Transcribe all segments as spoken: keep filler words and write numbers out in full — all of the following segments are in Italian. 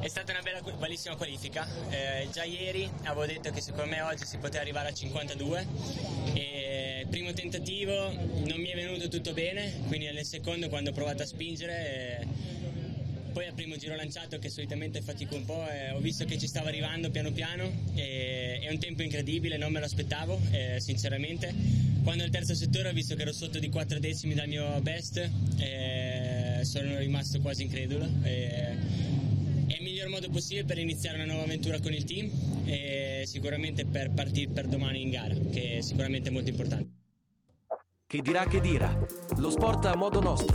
È stata una bella, bellissima qualifica. Eh, già ieri avevo detto che secondo me oggi si poteva arrivare a cinquantadue. E primo tentativo non mi è venuto tutto bene, quindi nel secondo, quando ho provato a spingere, eh, poi al primo giro lanciato, che solitamente fatico un po', eh, ho visto che ci stava arrivando piano piano. E, è un tempo incredibile, non me lo aspettavo, eh, sinceramente. Quando al terzo settore ho visto che ero sotto di quattro decimi dal mio best, eh, sono rimasto quasi incredulo. Eh, È il miglior modo possibile per iniziare una nuova avventura con il team e sicuramente per partire per domani in gara, che è sicuramente molto importante. Chi dirà che dirà? Lo sport a modo nostro.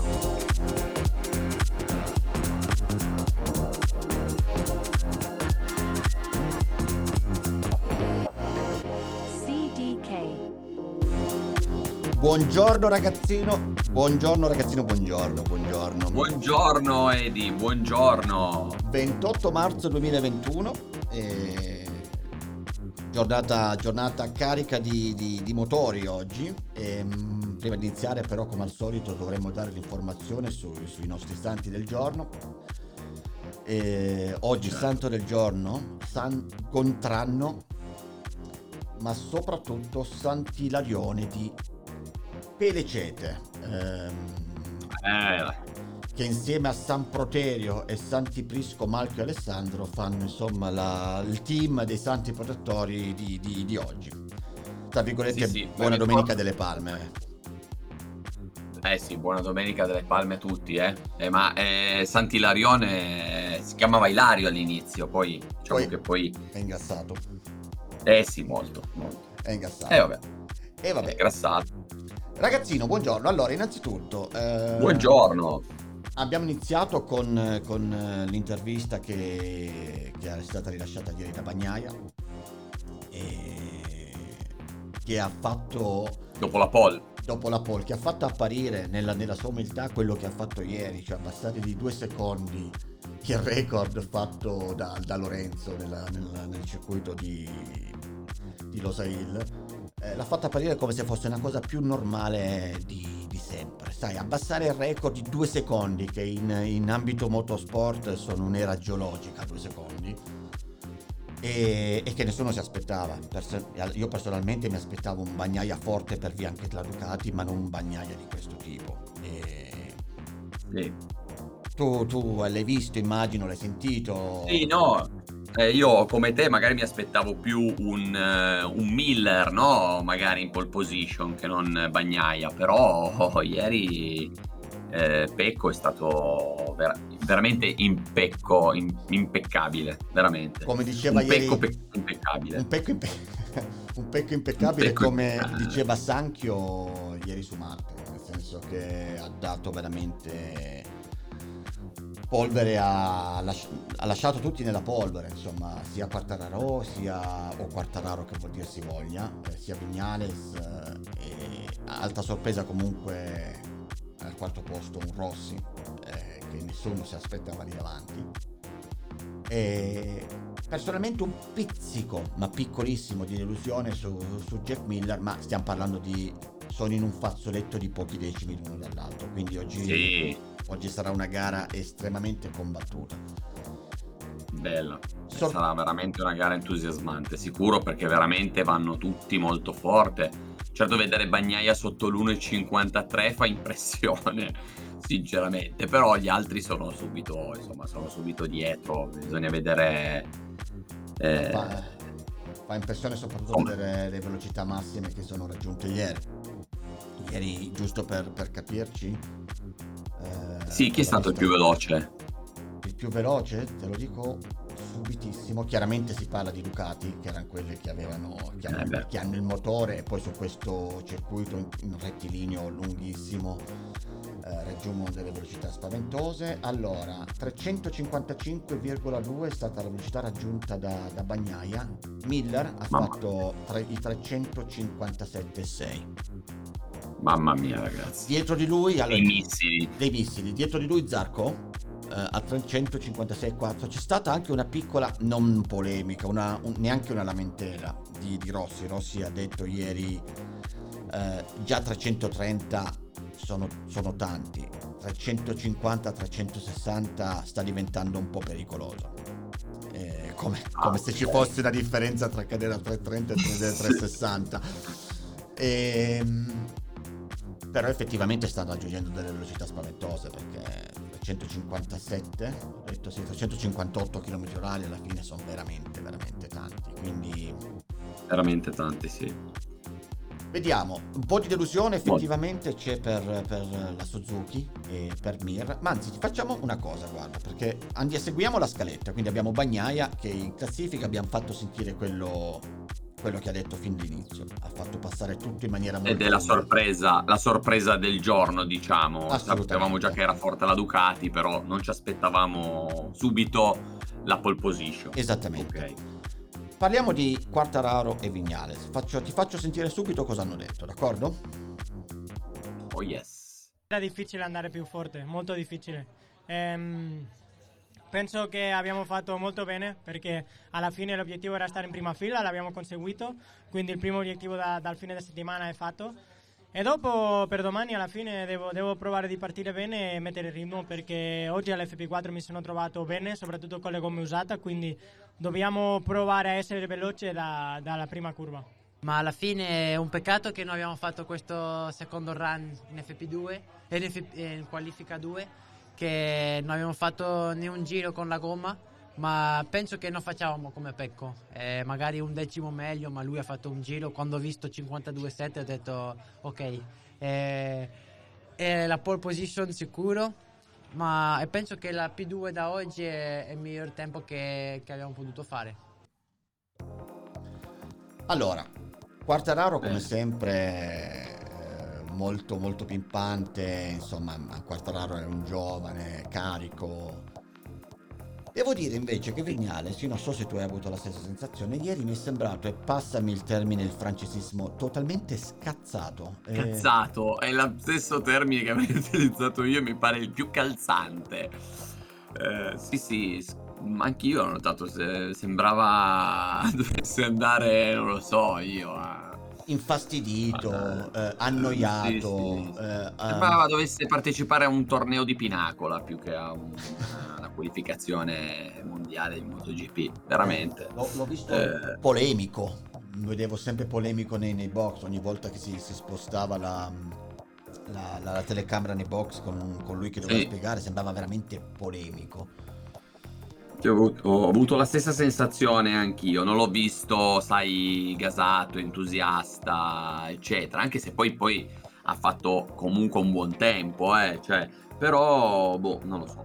C D K. Buongiorno ragazzino, buongiorno ragazzino, buongiorno, buongiorno. Buongiorno Edi, buongiorno. ventotto marzo duemilaventuno, eh, giornata, giornata carica di, di, di motori oggi. E, mh, prima di iniziare però, come al solito, dovremmo dare l'informazione su, sui nostri santi del giorno. E, oggi santo del giorno, San Gontranno, ma soprattutto Sant'Ilarione di Pelecete, ehm, Eh, che insieme a San Proterio e Santi Prisco, Malchio e Alessandro fanno insomma la, il team dei santi protettori di, di, di oggi. Tra virgolette, Sì, sì, buona mi domenica ricordo. delle Palme. eh sì, buona domenica delle palme a tutti, eh. Eh, ma eh, Sant'Ilarione eh, si chiamava Ilario all'inizio, poi diciamo Poi che poi... è ingassato, Eh sì, molto, molto. è ingassato. Eh vabbè, E è vabbè, grassato. ragazzino, buongiorno. Allora, innanzitutto, eh, Buongiorno. abbiamo iniziato con, con eh, l'intervista che, che è stata rilasciata ieri da Bagnaia, e che ha fatto, Dopo la pole. dopo la pole, che ha fatto apparire nella, nella sua umiltà quello che ha fatto ieri, cioè abbassare di due secondi il record fatto da, da Lorenzo nella- nella- nel circuito di, di Losail. Eh, l'ha fatto apparire come se fosse una cosa più normale di, di sempre. Sai, abbassare il record di due secondi, che in, in ambito motorsport sono un'era geologica, due secondi, e, e che nessuno si aspettava. Perso- io personalmente mi aspettavo un Bagnaia forte per via anche della Ducati, ma non un Bagnaia di questo tipo. E Sì. tu, tu l'hai visto, immagino, l'hai sentito. Sì, no, eh, io come te magari mi aspettavo più un, eh, un Miller, no? Magari in pole position che non Bagnaia, però oh, ieri eh, Pecco è stato vera- veramente impecco, im- impeccabile, veramente. Come diceva Un Pecco ieri, pe- impeccabile. un pecco, impe- un pecco impeccabile, Un pecco come impeccabile. diceva Sanchio ieri su Marte, nel senso che ha dato veramente polvere, a, lasci- ha lasciato tutti nella polvere, insomma, sia Quartararo sia o Quartararo, che vuol dire si voglia, eh, sia Vignales, eh, e alta sorpresa comunque al quarto posto un Rossi, eh, che nessuno si aspettava lì davanti. E personalmente un pizzico, ma piccolissimo, di delusione su, su Jack Miller, ma stiamo parlando di, sono in un fazzoletto di pochi decimi l'uno dall'altro, quindi oggi, Sì, oggi sarà una gara estremamente combattuta. bella. Sor- Sarà veramente una gara entusiasmante, sicuro, perché veramente vanno tutti molto forte. Certo, vedere Bagnaia sotto l'uno virgola cinquantatré fa impressione, sinceramente, però gli altri sono subito, insomma, sono subito dietro. Bisogna vedere eh, fa, fa impressione soprattutto Come? vedere le velocità massime che sono raggiunte ieri. Ieri, giusto per, per capirci, eh, Sì, chi è cosa stato il visto? più veloce? Il più veloce, te lo dico subitissimo. Chiaramente si parla di Ducati, che erano quelle che avevano che hanno, Eh beh. che hanno il motore, e poi su questo circuito in, in rettilineo lunghissimo eh, raggiungono delle velocità spaventose. Allora, trecentocinquantacinque virgola due è stata la velocità raggiunta da, da Bagnaia. Miller ha Mamma. fatto tre, i trecentocinquantasette virgola sei. Mamma mia, ragazzi. Dietro di lui, allora, I missili. dei missili, dietro di lui Zarco eh, a trecentocinquantasei virgola quattro. C'è stata anche una piccola, non polemica, una, un- neanche una lamentela di, di Rossi. Rossi ha detto ieri eh, già trecentotrenta sono, sono tanti, trecentocinquanta trecentosessanta sta diventando un po' pericoloso. come, come se ci fosse una differenza tra cadere a tre trenta e tre sessanta. E, però effettivamente stanno aggiungendo delle velocità spaventose, perché centocinquantasette, ho detto sì, trecentocinquantotto chilometri orari alla fine sono veramente veramente tanti, quindi veramente tanti, sì. Vediamo, un po' di delusione effettivamente c'è per, per la Suzuki e per Mir, ma anzi facciamo una cosa, guarda, perché andiamo, seguiamo la scaletta, quindi abbiamo Bagnaia che in classifica abbiamo fatto sentire quello, quello che ha detto fin dall'inizio, ha fatto passare tutto in maniera molto... Ed è la sorpresa, la sorpresa del giorno, diciamo. Sapevamo già che era forte la Ducati, però non ci aspettavamo subito la pole position. Esattamente. Ok. Parliamo di Quartararo e Viñales. Faccio, ti faccio sentire subito cosa hanno detto, d'accordo? Oh yes. Era difficile andare più forte, molto difficile. Ehm, penso che abbiamo fatto molto bene, perché alla fine l'obiettivo era stare in prima fila, l'abbiamo conseguito, quindi il primo obiettivo da, dal fine settimana è fatto. E dopo per domani alla fine devo, devo provare di partire bene e mettere il ritmo, perché oggi all'F P quattro mi sono trovato bene, soprattutto con le gomme usate, quindi dobbiamo provare a essere veloci da, dalla prima curva. Ma alla fine è un peccato che non abbiamo fatto questo secondo run in F P due e in, F P, in qualifica due, che non abbiamo fatto né un giro con la gomma, ma penso che non facciamo come Pecco, eh, magari un decimo meglio, ma lui ha fatto un giro. Quando ho visto cinquantadue sette ho detto ok, eh, è la pole position sicuro, ma e penso che la P due da oggi è, è il miglior tempo che, che abbiamo potuto fare. Allora, Quartararo come Bene. sempre eh, molto molto pimpante, insomma Quartararo è un giovane, carico. Devo dire invece che Viñales, io non so se tu hai avuto la stessa sensazione, ieri mi è sembrato, e passami il termine, il francesismo, totalmente scazzato. Eh, Cazzato, è lo stesso termine che avrei utilizzato io, mi pare il più calzante. Eh, sì, sì, s- anch'io ho notato, se sembrava dovesse andare, non lo so, io a... infastidito, Eh, eh, annoiato. sì, sì. eh, Sembrava ehm, dovesse partecipare a un torneo di Pinacola più che a un- una qualificazione mondiale di MotoGP, veramente. l'ho, l'ho visto Eh, polemico, lo vedevo sempre polemico nei, nei box, ogni volta che si, si spostava la, la- la- la telecamera nei box con, con lui che doveva Sì. spiegare, sembrava veramente polemico. Io ho avuto, ho avuto la stessa sensazione anch'io, non l'ho visto, sai, gasato, entusiasta, eccetera, anche se poi, poi ha fatto comunque un buon tempo, eh, cioè, però, boh, non lo so,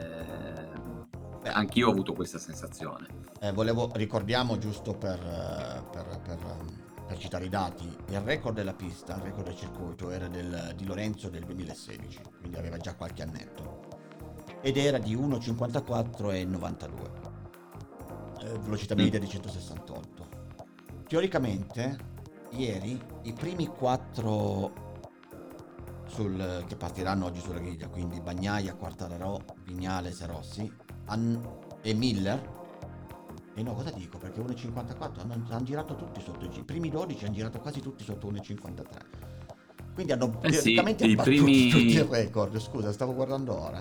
eh, anch'io ho avuto questa sensazione. Eh, volevo, ricordiamo giusto per, eh, per- per- per citare i dati, il record della pista, il record del circuito era del, di Lorenzo del duemilasedici, quindi aveva già qualche annetto, ed era di uno cinquantaquattro e novantadue, eh, velocità media di centosessantotto. Teoricamente ieri i primi quattro sul, che partiranno oggi sulla griglia, quindi Bagnaia, Quartararo, Viñales e Rossi, han- e Miller, e no, cosa dico, perché uno cinquantaquattro hanno, hanno girato tutti sotto i primi dodici, hanno girato quasi tutti sotto uno cinquantatré, quindi hanno Eh sì, teoricamente i battuto primi- tutti il record. Scusa, stavo guardando ora.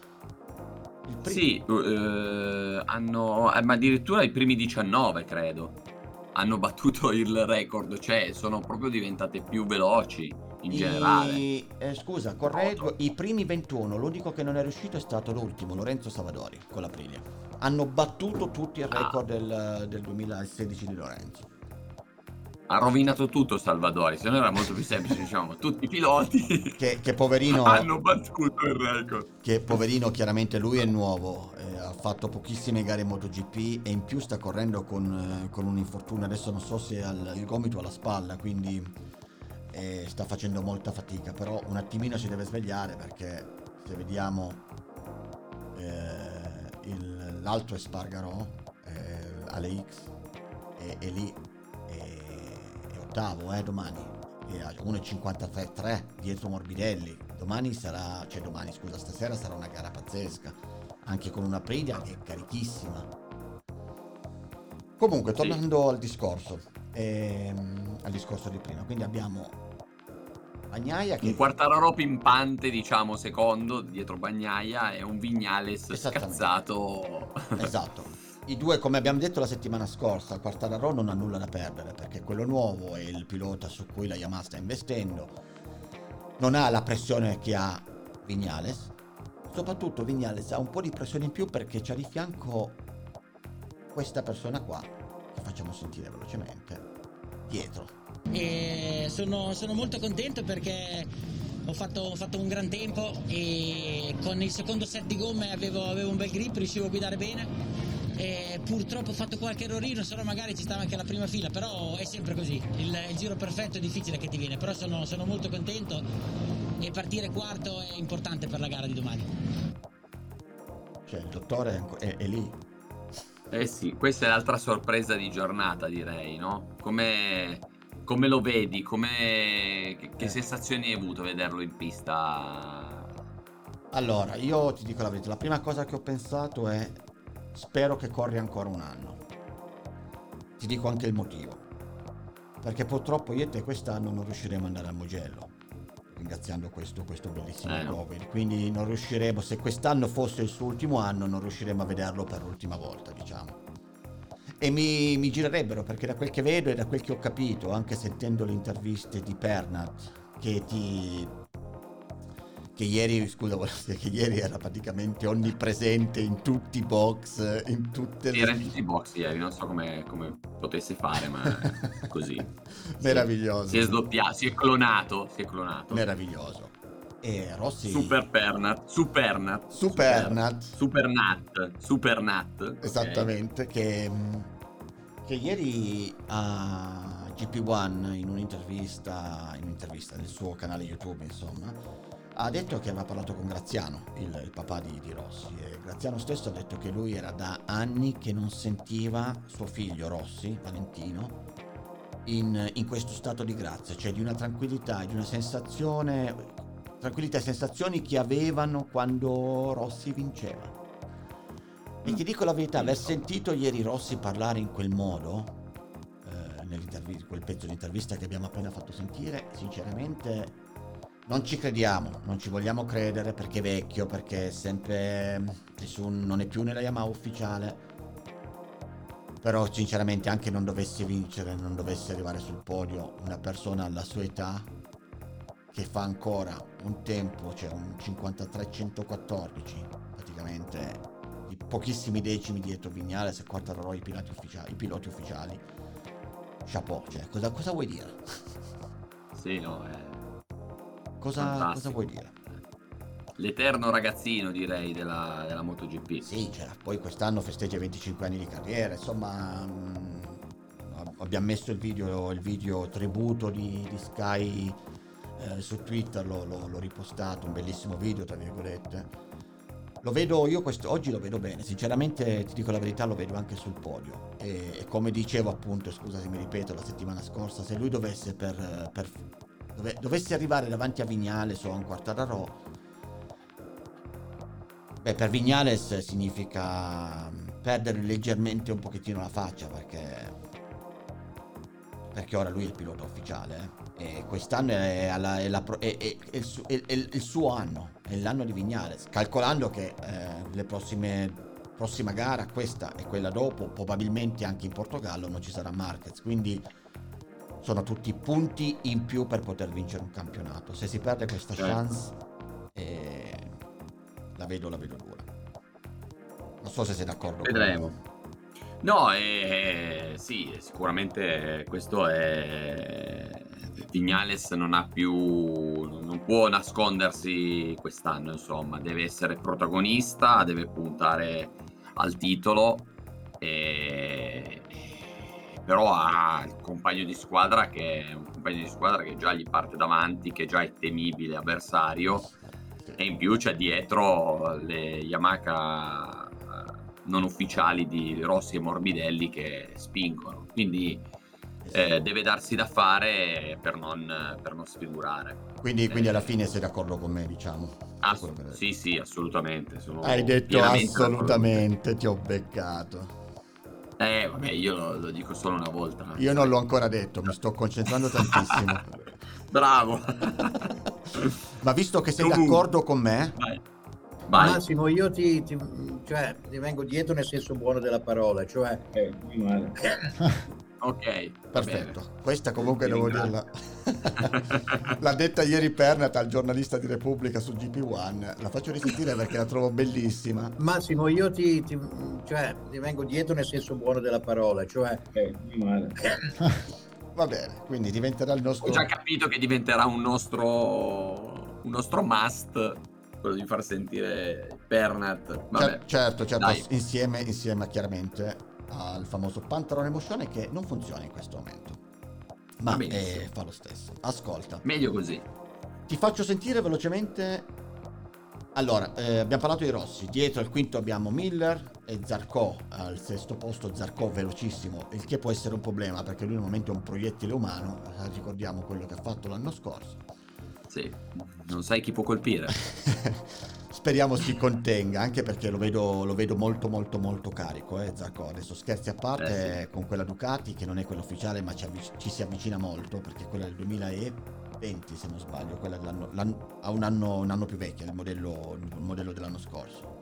Il pri- Sì, eh, hanno, eh, ma addirittura i primi diciannove, credo, hanno battuto il record, cioè sono proprio diventate più veloci in I- generale. eh, scusa, correggo, i primi ventuno, l'unico che non è riuscito è stato l'ultimo, Lorenzo Savadori, con l'Aprilia. Hanno battuto tutti il Ah. record del, del duemilasedici di Lorenzo. Ha rovinato tutto Salvadori, se no era molto più semplice, diciamo, tutti i piloti Che, che poverino, hanno battuto il record. che poverino chiaramente lui è nuovo, eh, ha fatto pochissime gare in MotoGP e in più sta correndo con, eh, con un infortunio, adesso non so se ha il, il gomito alla spalla, quindi eh, sta facendo molta fatica, però un attimino si deve svegliare, perché se vediamo eh, il- l'altro Espargarò, eh, Ale X, è, è lì, è, è ottavo eh, domani, e a uno cinquantatré tre dietro Morbidelli. Domani sarà, cioè domani scusa, stasera sarà una gara pazzesca, anche con una Aprilia che è carichissima. Comunque, Sì. tornando al discorso, ehm, al discorso di prima, quindi abbiamo Bagnaia che Un Quartararo pimpante, diciamo, secondo, dietro Bagnaia, e un Viñales Esattamente. scazzato. esatto, I due, come abbiamo detto la settimana scorsa, Quartararo non ha nulla da perdere perché quello nuovo è il pilota su cui la Yamaha sta investendo, non ha la pressione che ha Viñales, soprattutto Viñales ha un po' di pressione in più perché c'ha di fianco questa persona qua, che facciamo sentire velocemente, dietro. E sono, sono molto contento perché ho fatto, ho fatto un gran tempo e con il secondo set di gomme avevo, avevo un bel grip, riuscivo a guidare bene. E purtroppo ho fatto qualche errorino, se no magari ci stava anche la prima fila, però è sempre così, il, il giro perfetto è difficile che ti viene, però sono, sono molto contento e partire quarto è importante per la gara di domani. Cioè il dottore è, anco- è, è lì. Eh sì, questa è l'altra sorpresa di giornata, direi, no? Come, come lo vedi? Come, che, che Eh. sensazioni hai avuto a vederlo in pista? Allora, io ti dico la verità, la prima cosa che ho pensato è spero che corri ancora un anno. Ti dico anche il motivo. Perché purtroppo io e te quest'anno non riusciremo ad andare al Mugello, ringraziando questo, questo bellissimo Eh, no. Covid. Quindi non riusciremo, se quest'anno fosse il suo ultimo anno, non riusciremo a vederlo per l'ultima volta, diciamo. E mi, mi girerebbero, perché da quel che vedo e da quel che ho capito, anche sentendo le interviste di Pernat, che ti... che ieri, scusa, volevo dire che ieri era praticamente onnipresente in tutti i box, in tutte le... Era in tutti i box ieri, non so come, come potesse fare, ma è così. Meraviglioso. Si è sdoppiato, si è clonato, si è clonato. Meraviglioso. E Rossi... Super Pernat, Supernat, Supernat. Supernat, Supernat. ok. Esattamente, che, che ieri a G P uno in un'intervista, in un'intervista nel suo canale YouTube, insomma, ha detto che aveva parlato con Graziano, il, il papà di, di Rossi, e Graziano stesso ha detto che lui era da anni che non sentiva suo figlio Rossi, Valentino, in, in questo stato di grazia, cioè di una tranquillità, di una sensazione, tranquillità e sensazioni che avevano quando Rossi vinceva. E ti dico la verità, aver sentito ieri Rossi parlare in quel modo, eh, nell'intervista, quel pezzo di intervista che abbiamo appena fatto sentire, sinceramente non ci crediamo, non ci vogliamo credere perché è vecchio, perché è sempre nessun, non è più nella Yamaha ufficiale. Però sinceramente anche non dovesse vincere, non dovesse arrivare sul podio una persona alla sua età che fa ancora un tempo, cioè un cinquantatré centoquattordici praticamente, di pochissimi decimi dietro Viñales e Quartararo i piloti ufficiali, i piloti ufficiali. Chapeau, cioè cosa, cosa vuoi dire? Sì, no, è Cosa, fantastico. cosa vuoi dire? L'eterno ragazzino, direi, della, della MotoGP. Sì, cioè, poi quest'anno festeggia venticinque anni di carriera, insomma, mh, abbiamo messo il video, il video tributo di, di Sky eh, su Twitter, l'ho, l'ho, l'ho ripostato, un bellissimo video, tra virgolette. Lo vedo, io questo, oggi lo vedo bene, sinceramente ti dico la verità, lo vedo anche sul podio. E, e come dicevo appunto, scusa se mi ripeto, la settimana scorsa, se lui dovesse per... per dove, dovesse arrivare davanti a Viñales o a un Quartararo, beh, per Viñales significa perdere leggermente un pochettino la faccia, perché perché ora lui è il pilota ufficiale eh? E quest'anno è, alla, è, la, pro- è, è, è, il su- è, è il suo anno, è l'anno di Viñales, calcolando che eh, le prossime prossima gara, questa e quella dopo, probabilmente anche in Portogallo non ci sarà Marquez, quindi sono tutti punti in più per poter vincere un campionato. Se si perde questa Certo. chance eh, la vedo la vedo dura. Non so se sei d'accordo. Vedremo. No, eh, sì, sicuramente questo è... Viñales non ha più... non può nascondersi quest'anno, insomma, deve essere protagonista, deve puntare al titolo, e... però ha il compagno di squadra che è un compagno di squadra che già gli parte davanti, che già è temibile avversario, e in più c'è dietro le Yamaha non ufficiali di Rossi e Morbidelli che spingono, quindi eh, deve darsi da fare per non, per non sfigurare. Quindi, quindi Eh, alla fine sei d'accordo con me, diciamo. ass- Quello che- sì, sì, assolutamente. Sono Hai detto pienamente assolutamente, ti ho beccato. d'accordo. Eh, vabbè, io lo, lo dico solo una volta. Io non l'ho ancora detto, mi sto concentrando tantissimo. Bravo. Ma visto che sei Comunque, d'accordo con me, vai. Vai. Massimo, io ti, ti- cioè, ti vengo dietro nel senso buono della parola, cioè Ok, va Perfetto, bene. questa comunque Ti devo ringrazio. dirla. L'ha detta ieri Pernat al giornalista di Repubblica su G P uno. La faccio risentire perché la trovo bellissima. Massimo, io ti, ti- cioè, ti vengo dietro nel senso buono della parola, cioè Va bene, quindi diventerà il nostro... Ho già capito che diventerà un nostro un nostro must quello di far sentire Pernat. Vabbè. Cer- certo, certo, Dai. insieme, insieme chiaramente al famoso Pantalone Motion che non funziona in questo momento. Ma Va benissimo. eh, fa lo stesso. Ascolta, Meglio così. ti faccio sentire velocemente. Allora, eh, abbiamo parlato di Rossi. Dietro al quinto abbiamo Miller e Zarco al sesto posto. Zarco velocissimo, il che può essere un problema perché lui al momento è un proiettile umano. Eh, Ricordiamo quello che ha fatto l'anno scorso. Sì, non sai chi può colpire. Speriamo si contenga, anche perché lo vedo, lo vedo molto molto molto carico, eh, Zarco. Adesso scherzi a parte, Eh, con quella Ducati, che non è quella ufficiale, ma ci, avvic- ci si avvicina molto, perché quella del duemilaventi, se non sbaglio, quella dell'anno, l'anno- ha un anno, un anno più vecchia, il modello, il modello dell'anno scorso.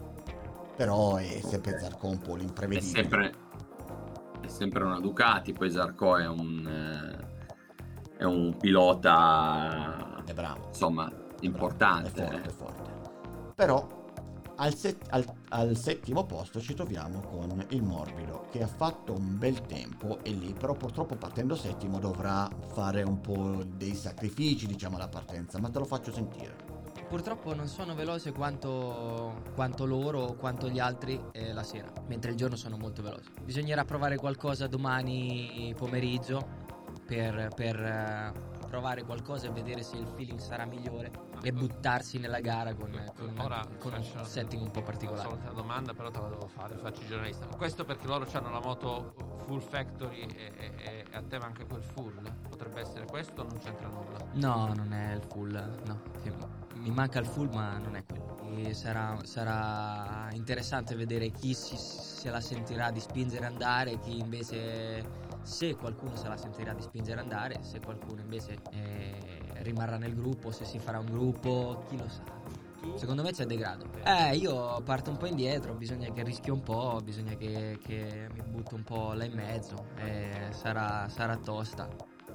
Però è sempre Zarco un po' È l'imprevedibile. sempre, è sempre una Ducati, poi Zarco è un, eh, è un pilota, È bravo. insomma, È bravo, importante. È forte, eh. è forte. Però al, set- al- al settimo posto ci troviamo con il Morbido, che ha fatto un bel tempo e lì però purtroppo partendo settimo dovrà fare un po' dei sacrifici, diciamo, alla partenza, ma te lo faccio sentire. Purtroppo non sono veloce quanto, quanto loro o quanto gli altri eh, la sera, mentre il giorno sono molto veloci. Bisognerà provare qualcosa domani pomeriggio per, per eh, provare qualcosa e vedere se il feeling sarà migliore e buttarsi nella gara con, con, Ora con un faccio setting un po' particolare. Solita domanda, però te la devo fare, faccio il giornalista. Questo perché loro hanno la moto full factory e, e- e a te manca quel full? Potrebbe essere questo o non c'entra nulla? No, non è il full, no. Che mi manca il full, ma non è quello. E sarà, sarà interessante vedere chi si, se la sentirà di spingere andare e chi invece, se qualcuno se la sentirà di spingere andare, se qualcuno invece eh, rimarrà nel gruppo, se si farà un gruppo, chi lo sa. Secondo me c'è degrado. Eh, io parto un po' indietro, bisogna che rischio un po', bisogna che, che mi butto un po' là in mezzo. E sarà, sarà tosta.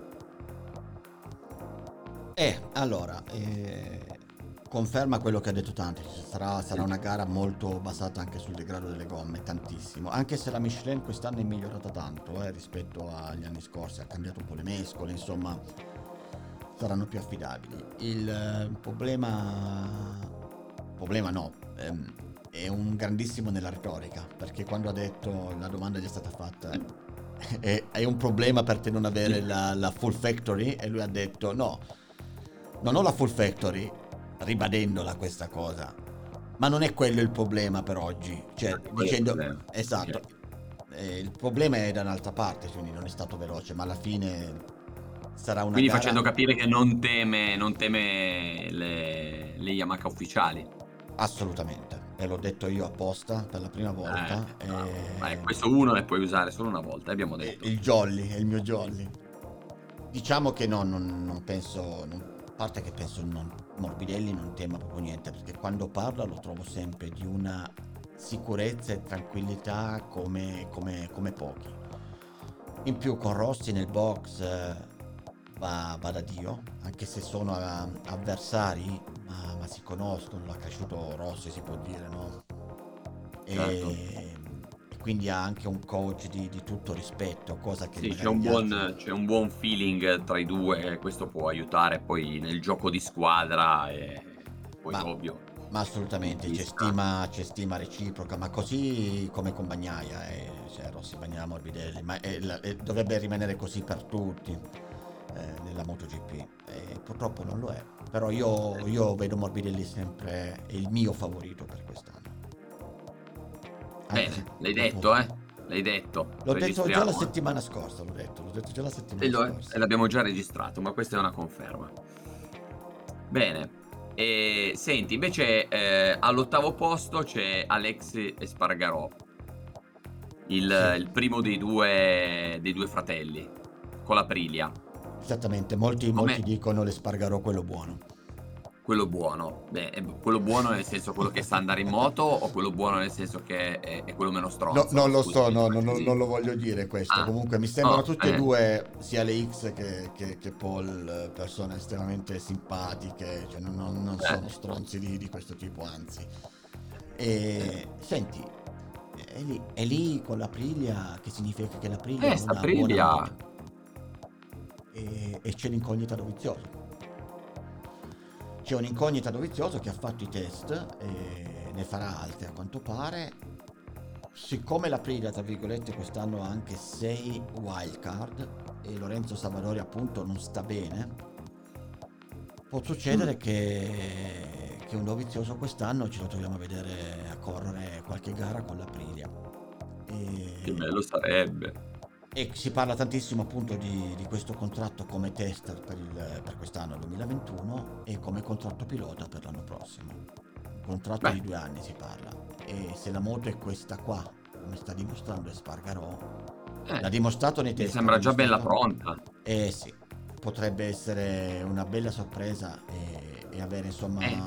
Eh, allora, eh, conferma quello che ha detto Tanti, sarà, sarà una gara molto basata anche sul degrado delle gomme, tantissimo, anche se la Michelin quest'anno è migliorata tanto eh, rispetto agli anni scorsi, ha cambiato un po' le mescole, insomma, saranno più affidabili. Il eh, problema, problema no, ehm, è un grandissimo nella retorica, perché quando ha detto, la domanda gli è stata fatta, è, è un problema per te non avere la, la full factory? E lui ha detto no, non ho la full factory, ribadendola questa cosa, ma non è quello il problema per oggi, cioè Quello è il dicendo problema. esatto, eh, il problema è da un'altra parte, quindi non è stato veloce, ma alla fine sarà una Quindi gara facendo capire che non teme, non teme le, le Yamaha ufficiali. assolutamente, e l'ho detto io apposta per la prima volta, Eh, bravo. eh, Vai, questo uno le puoi usare solo una volta, abbiamo eh, detto. il jolly, è il mio jolly. Diciamo che no, non, non penso, non- a parte che penso non, Morbidelli non tema proprio niente, perché quando parla lo trovo sempre di una sicurezza e tranquillità come, come- come pochi. In più con Rossi nel box eh, va, va da Dio, anche se sono eh, avversari, ma, ma si conoscono, l'ha cresciuto Rossi si può dire, no? E, Certo. e quindi ha anche un coach di, di tutto rispetto, cosa che Sì, magari c'è un, gli buon, altri- c'è un buon feeling tra i due, questo può aiutare poi nel gioco di squadra e poi Ma- ovvio. Ma assolutamente, c'è Vista. stima, c'è stima reciproca, ma così come con Bagnaia, eh, cioè Rossi, Bagnaia, Morbidelli, ma è la- è- dovrebbe rimanere così per tutti eh, nella MotoGP. E purtroppo non lo è, però io, io vedo Morbidelli sempre il mio favorito per quest'anno. Anche Bene, se l'hai purtroppo- detto, eh? L'hai detto. L'ho detto già Registriamo, la eh. settimana scorsa, l'ho detto, l'ho detto già la settimana E, lo- scorsa. e l'abbiamo già registrato, ma questa è una conferma. Bene. E, senti, invece eh, all'ottavo posto c'è Alex Espargarò, il, Sì. il primo dei due, dei due fratelli, con la Aprilia. Esattamente, molti, Come- molti dicono l'Espargarò quello buono. quello buono. Beh, è quello buono nel senso quello che sa andare in moto o quello buono nel senso che è, è quello meno No, stronzo? non lo so, Scusami, no, ma no, no, così. non lo voglio dire questo. Ah, Comunque mi sembrano no, tutti e eh. due, sia le X che, che- che Paul, eh, persone estremamente simpatiche, cioè non, non- non sono Eh. stronzi di, di questo tipo, anzi. E senti, è lì, è lì con l'Aprilia, che significa che l'Aprilia Eh, ha sta una buona Aprilia. moto e, e c'è l'incognita Dovizioso. C'è un'incognita Dovizioso che ha fatto i test e ne farà altri a quanto pare. Siccome l'Aprilia, tra virgolette, quest'anno ha anche sei wildcard e Lorenzo Savadori appunto non sta bene, può succedere che, che un Dovizioso quest'anno ce lo troviamo a vedere a correre qualche gara con l'Aprilia. Che E, bello sarebbe. e si parla tantissimo appunto di, di questo contratto come tester per, il, per quest'anno duemilaventuno e come contratto pilota per l'anno prossimo. Un contratto Beh. di due anni si parla. E se la moto è questa qua, come sta dimostrando Espargarò, Eh, l'ha dimostrato nei mi test. sembra l'ha già bella dimostrato- pronta. Eh sì, potrebbe essere una bella sorpresa e, e avere insomma... Eh.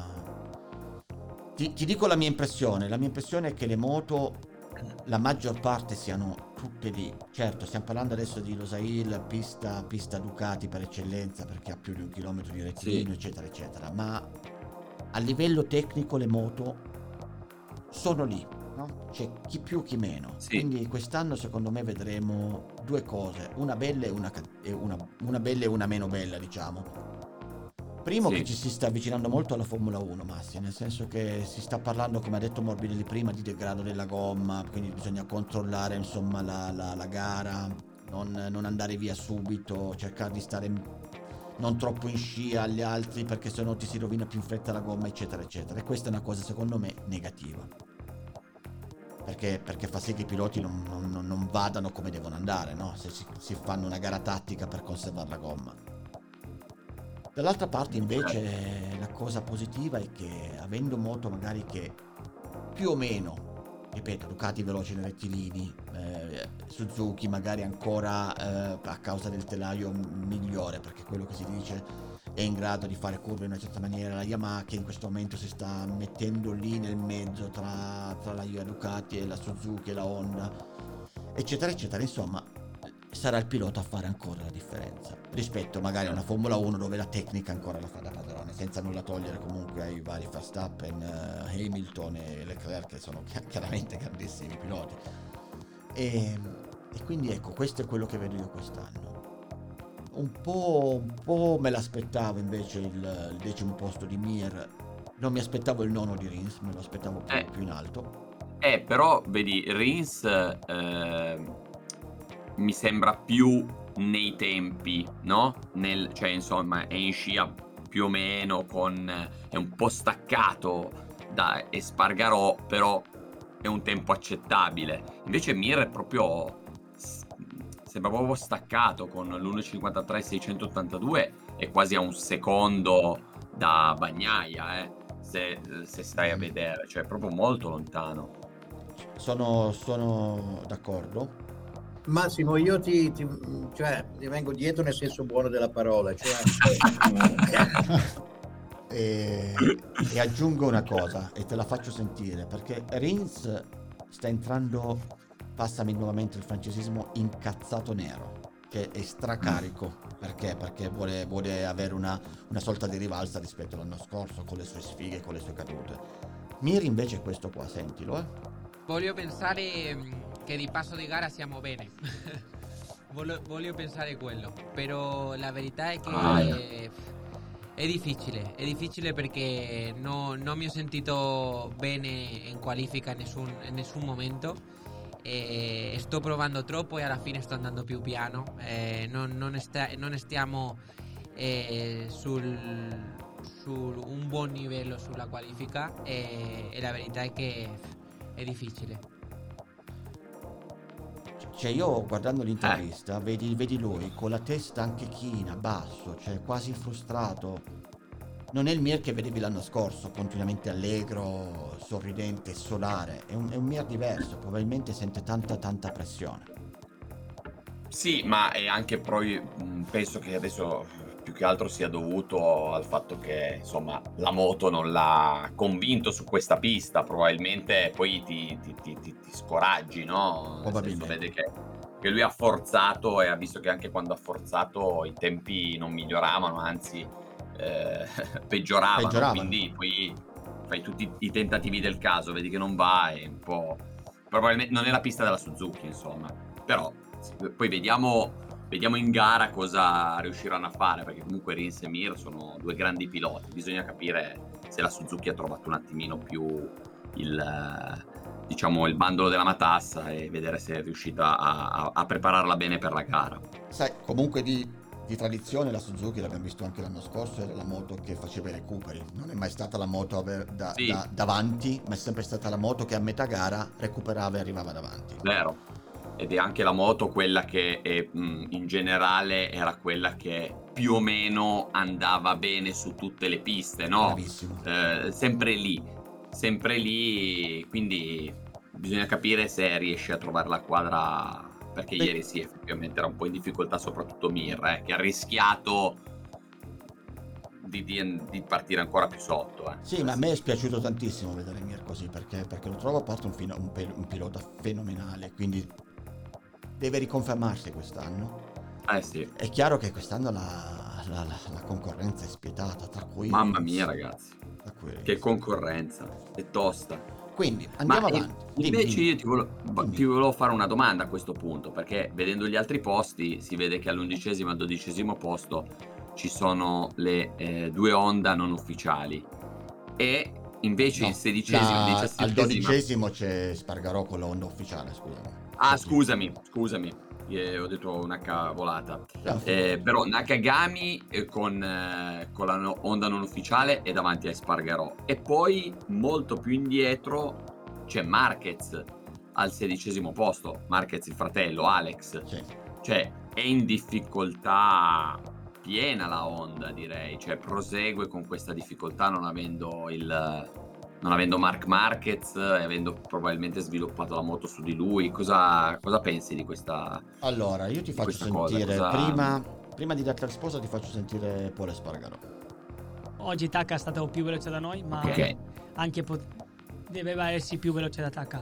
Ti, ti dico la mia impressione, la mia impressione è che le moto, la maggior parte siano tutte lì. Certo, stiamo parlando adesso di Losail, pista, pista Ducati per eccellenza, perché ha più di un chilometro di rettilineo, eccetera, eccetera. Ma a livello tecnico le moto sono lì, no? C'è chi più, chi meno. Sì. Quindi quest'anno secondo me vedremo due cose, una bella e una, ca- e una, una bella e una meno bella, diciamo. Primo, Sì. che ci si sta avvicinando molto alla Formula uno, Massi, nel senso che si sta parlando, come ha detto Morbidelli prima, di degrado della gomma, quindi bisogna controllare insomma la, la- la gara, non, non andare via subito, cercare di stare non troppo in scia agli altri perché sennò ti si rovina più in fretta la gomma, eccetera, eccetera. E questa è una cosa secondo me negativa. Perché, perché fa sì che i piloti non, non- non vadano come devono andare, no? Se si, si fanno una gara tattica per conservare la gomma. Dall'altra parte invece la cosa positiva è che avendo moto magari che più o meno, ripeto, Ducati veloce nei rettilini, eh, Suzuki magari ancora eh, a causa del telaio migliore, perché quello che si dice è in grado di fare curve in una certa maniera, la Yamaha che in questo momento si sta mettendo lì nel mezzo tra, tra la Ducati e la Suzuki e la Honda, eccetera eccetera, insomma sarà il pilota a fare ancora la differenza rispetto magari a una Formula uno dove la tecnica ancora la fa da padrone, senza nulla togliere comunque ai vari Verstappen, eh, Hamilton e Leclerc, che sono chi- chiaramente grandissimi piloti. E, e quindi ecco, questo è quello che vedo io quest'anno. Un po', un po' me l'aspettavo invece il, il decimo posto di Mir, non mi aspettavo il nono di Rins, me lo aspettavo più, Eh. più in alto. Eh, però, vedi, Rins eh, mi sembra più nei tempi, no? Nel, cioè, insomma, è in scia più o meno, con, è un po' staccato da Espargarò, però è un tempo accettabile. Invece Mir è proprio... s- sembra proprio staccato, con l'uno cinquantatré seicentottantadue è quasi a un secondo da Bagnaia, eh, se, se stai a vedere, cioè è proprio molto lontano. Sono, sono d'accordo. Massimo, io ti, ti- cioè, ti vengo dietro nel senso buono della parola, cioè, E, e aggiungo una cosa e te la faccio sentire, perché Rins sta entrando, passami nuovamente il francesismo, incazzato nero, cioè è stracarico. Perché? Perché vuole, vuole avere una, una sorta di rivalsa rispetto all'anno scorso, con le sue sfighe, con le sue cadute. Mir invece è questo qua, sentilo, eh. Voglio pensare mm, che di passo di gara siamo bene. voglio, voglio pensare quello. Però la verità è che Ah, è, è difficile. È difficile perché no- non mi ho sentito bene in qualifica in nessun, in nessun momento. E sto provando troppo e alla fine sto andando più piano. Eh, non, non, sta- non stiamo eh, sul, su un buon livello sulla qualifica e, e la verità è che è difficile. Cioè io guardando l'intervista, vedi, vedi lui con la testa anche china, basso, cioè quasi frustrato. Non è il Mir che vedevi l'anno scorso, continuamente allegro, sorridente, solare. È un, è un Mir diverso, probabilmente sente tanta tanta pressione. Sì, ma è anche poi mh, penso che adesso più che altro sia dovuto al fatto che insomma la moto non l'ha convinto su questa pista, probabilmente poi ti, ti, ti, ti, ti scoraggi, no? Nel senso, vede che, che lui ha forzato e ha visto che anche quando ha forzato i tempi non miglioravano, anzi eh, peggioravano, Peggioravano. quindi poi fai tutti i tentativi del caso, vedi che non va e un po'... probabilmente non è la pista della Suzuki, insomma, però poi vediamo... Vediamo in gara cosa riusciranno a fare, perché comunque Rins e Mir sono due grandi piloti. Bisogna capire se la Suzuki ha trovato un attimino più il, diciamo, il bandolo della matassa e vedere se è riuscita a, a, a prepararla bene per la gara. Sai, comunque di, di tradizione la Suzuki, l'abbiamo visto anche l'anno scorso, era la moto che faceva i recuperi. Non è mai stata la moto aver da, Sì. da, davanti, ma è sempre stata la moto che a metà gara recuperava e arrivava davanti. Vero. Ed è anche la moto quella che è, mh, in generale era quella che più o meno andava bene su tutte le piste, no? Bravissimo. Eh, sempre lì, sempre lì, quindi bisogna capire se riesce a trovare la quadra, perché Beh. ieri sì, effettivamente era un po' in difficoltà, soprattutto Mir, eh, che ha rischiato di, di, di partire ancora più sotto. Eh. Sì, ma a me è spiaciuto tantissimo vedere Mir così, perché, perché lo trovo a parte un, fino, un, pe- un pilota fenomenale, quindi deve riconfermarsi quest'anno. Eh sì. È chiaro che quest'anno la, la, la, la concorrenza è spietata, tra cui... Mamma mia, ragazzi, tra cui... che concorrenza, è tosta. Quindi andiamo Ma avanti. e- invece Dimmi, io ti volevo, ti volevo fare una domanda a questo punto, perché vedendo gli altri posti si vede che all'undicesimo e al dodicesimo posto ci sono le eh, due Honda non ufficiali e invece no, il sedicesimo e il la- diciassettesimo... al dodicesimo c'è Spargarò con la Honda ufficiale, scusami. Ah, scusami, scusami, eh, ho detto una cavolata. No, Eh, però Nakagami eh, con, eh, con la no- Honda non ufficiale è davanti a Espargarò. E poi molto più indietro c'è Marquez al sedicesimo posto. Marquez il fratello, Alex. Sì. Cioè è in difficoltà piena la Honda, direi. Cioè prosegue con questa difficoltà non avendo il... non avendo Marc Marquez e avendo probabilmente sviluppato la moto su di lui. Cosa, cosa pensi di questa Allora, io ti di faccio questa cosa? sentire, Cosa- prima, prima di darti la risposta ti faccio sentire Paul Espargarò. Oggi Taka è stato più veloce da noi, ma Ok. anche pot- doveva essere più veloce da Taka.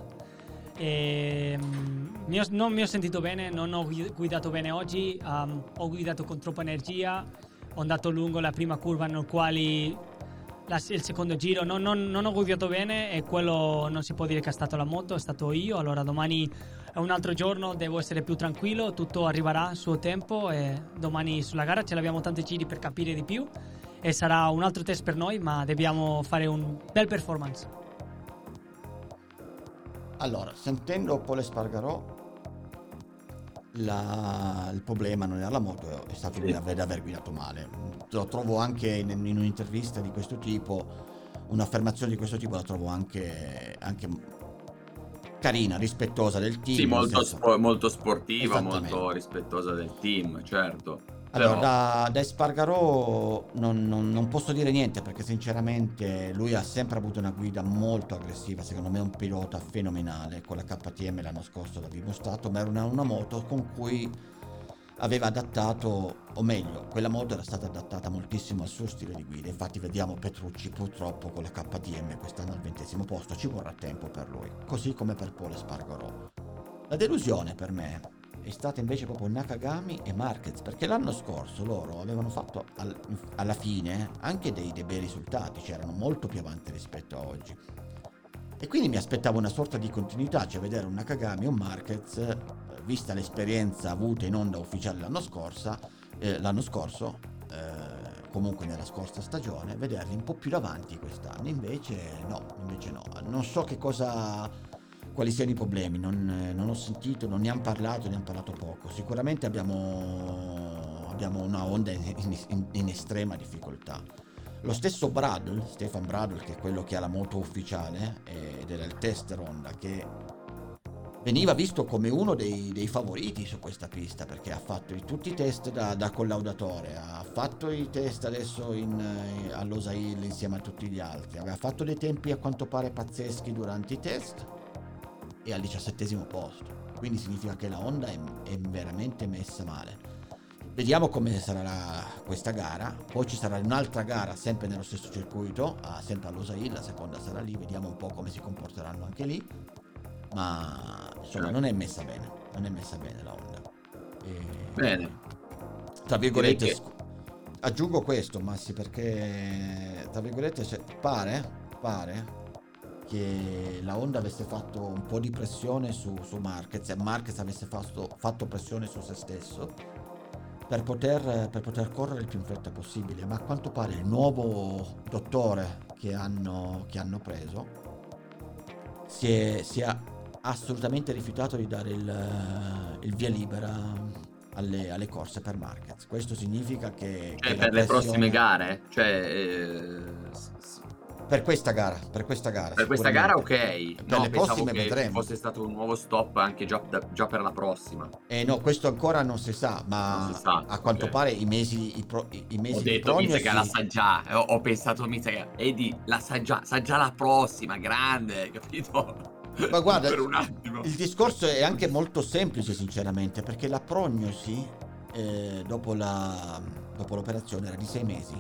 Ehm, mi ho- non mi ho sentito bene, non ho gui- guidato bene oggi, um, ho guidato con troppa energia, ho andato lungo la prima curva nel quale la- il secondo giro non, non- non ho guidato bene e quello non si può dire che è stato la moto, è stato io. Allora domani è un altro giorno, devo essere più tranquillo, tutto arriverà a suo tempo e domani sulla gara ce l'abbiamo tanti giri per capire di più e sarà un altro test per noi, ma dobbiamo fare un bel performance. Allora, sentendo Paul Espargarò, la- il problema non era la moto, è stato Sì. lui aver, aver guidato male. Lo trovo anche in, in un'intervista di questo tipo, un'affermazione di questo tipo la trovo anche, anche carina, rispettosa del team. Sì, nel molto, senso- spo- molto sportiva, Esattamente. molto rispettosa del team, certo. Allora, Però- da, da Espargarò non, non- non posso dire niente perché sinceramente lui ha sempre avuto una guida molto aggressiva, secondo me è un pilota fenomenale, con la K T M l'anno scorso l'ha dimostrato, ma era una, una moto con cui aveva adattato, o meglio, quella moto era stata adattata moltissimo al suo stile di guida, infatti vediamo Petrucci purtroppo con la K T M quest'anno al ventesimo posto, ci vorrà tempo per lui, così come per Paul Espargarò. La delusione per me è stata invece proprio Nakagami e Marquez, perché l'anno scorso loro avevano fatto al- alla fine anche dei, dei bei risultati, cioè erano molto più avanti rispetto a oggi. E quindi mi aspettavo una sorta di continuità, cioè vedere un Nakagami e un Marquez, eh, vista l'esperienza avuta in Honda ufficiale l'anno, scorsa, eh, l'anno scorso, eh, comunque nella scorsa stagione, vederli un po' più davanti quest'anno. Invece no, invece no. Non so che cosa... quali siano i problemi, non, eh, non ho sentito, non ne hanno parlato, ne hanno parlato poco. Sicuramente abbiamo, abbiamo una Honda in, in- in estrema difficoltà. Lo stesso Bradl, Stefan Bradl, che è quello che ha la moto ufficiale eh, ed era il tester Honda, che veniva visto come uno dei, dei favoriti su questa pista perché ha fatto i- tutti i test da, da collaudatore, ha fatto i test adesso in, eh, a Losail insieme a tutti gli altri, aveva fatto dei tempi a quanto pare pazzeschi durante i test e al diciassettesimo posto, quindi significa che la Honda è, è veramente messa male. vediamo come sarà la, questa gara. Poi ci sarà un'altra gara sempre nello stesso circuito, a, sempre a Losail, la seconda sarà lì, vediamo un po' come si comporteranno anche lì, ma insomma non è messa bene, non è messa bene la Honda. E, bene, tra virgolette, che... sc- aggiungo questo, Massi, perché tra virgolette cioè, pare, pare che la Honda avesse fatto un po' di pressione su, su Marquez, e Marquez avesse fatto, fatto pressione su se stesso per poter, per poter correre il più in fretta possibile, ma a quanto pare il nuovo dottore che hanno, che hanno preso si è, si è assolutamente rifiutato di dare il, il via libera alle, alle corse per Marquez. Questo significa che, cioè, che per la le pressione... prossime gare, cioè eh, per questa gara, per questa gara, per questa gara ok, per no, le prossime che vedremo. fosse stato un nuovo stop anche già, da, già per la prossima. Eh no, questo ancora non si sa, ma si sa, a quanto okay. pare i mesi i, pro, i, i mesi ho di detto prognosi... Mizzega la sa già, ho, ho pensato Mizzega, Edi la sa già, sa già la prossima, grande, capito? Ma guarda, per un attimo. Il discorso è anche molto semplice sinceramente, perché la prognosi eh, dopo, la, dopo l'operazione era di sei mesi,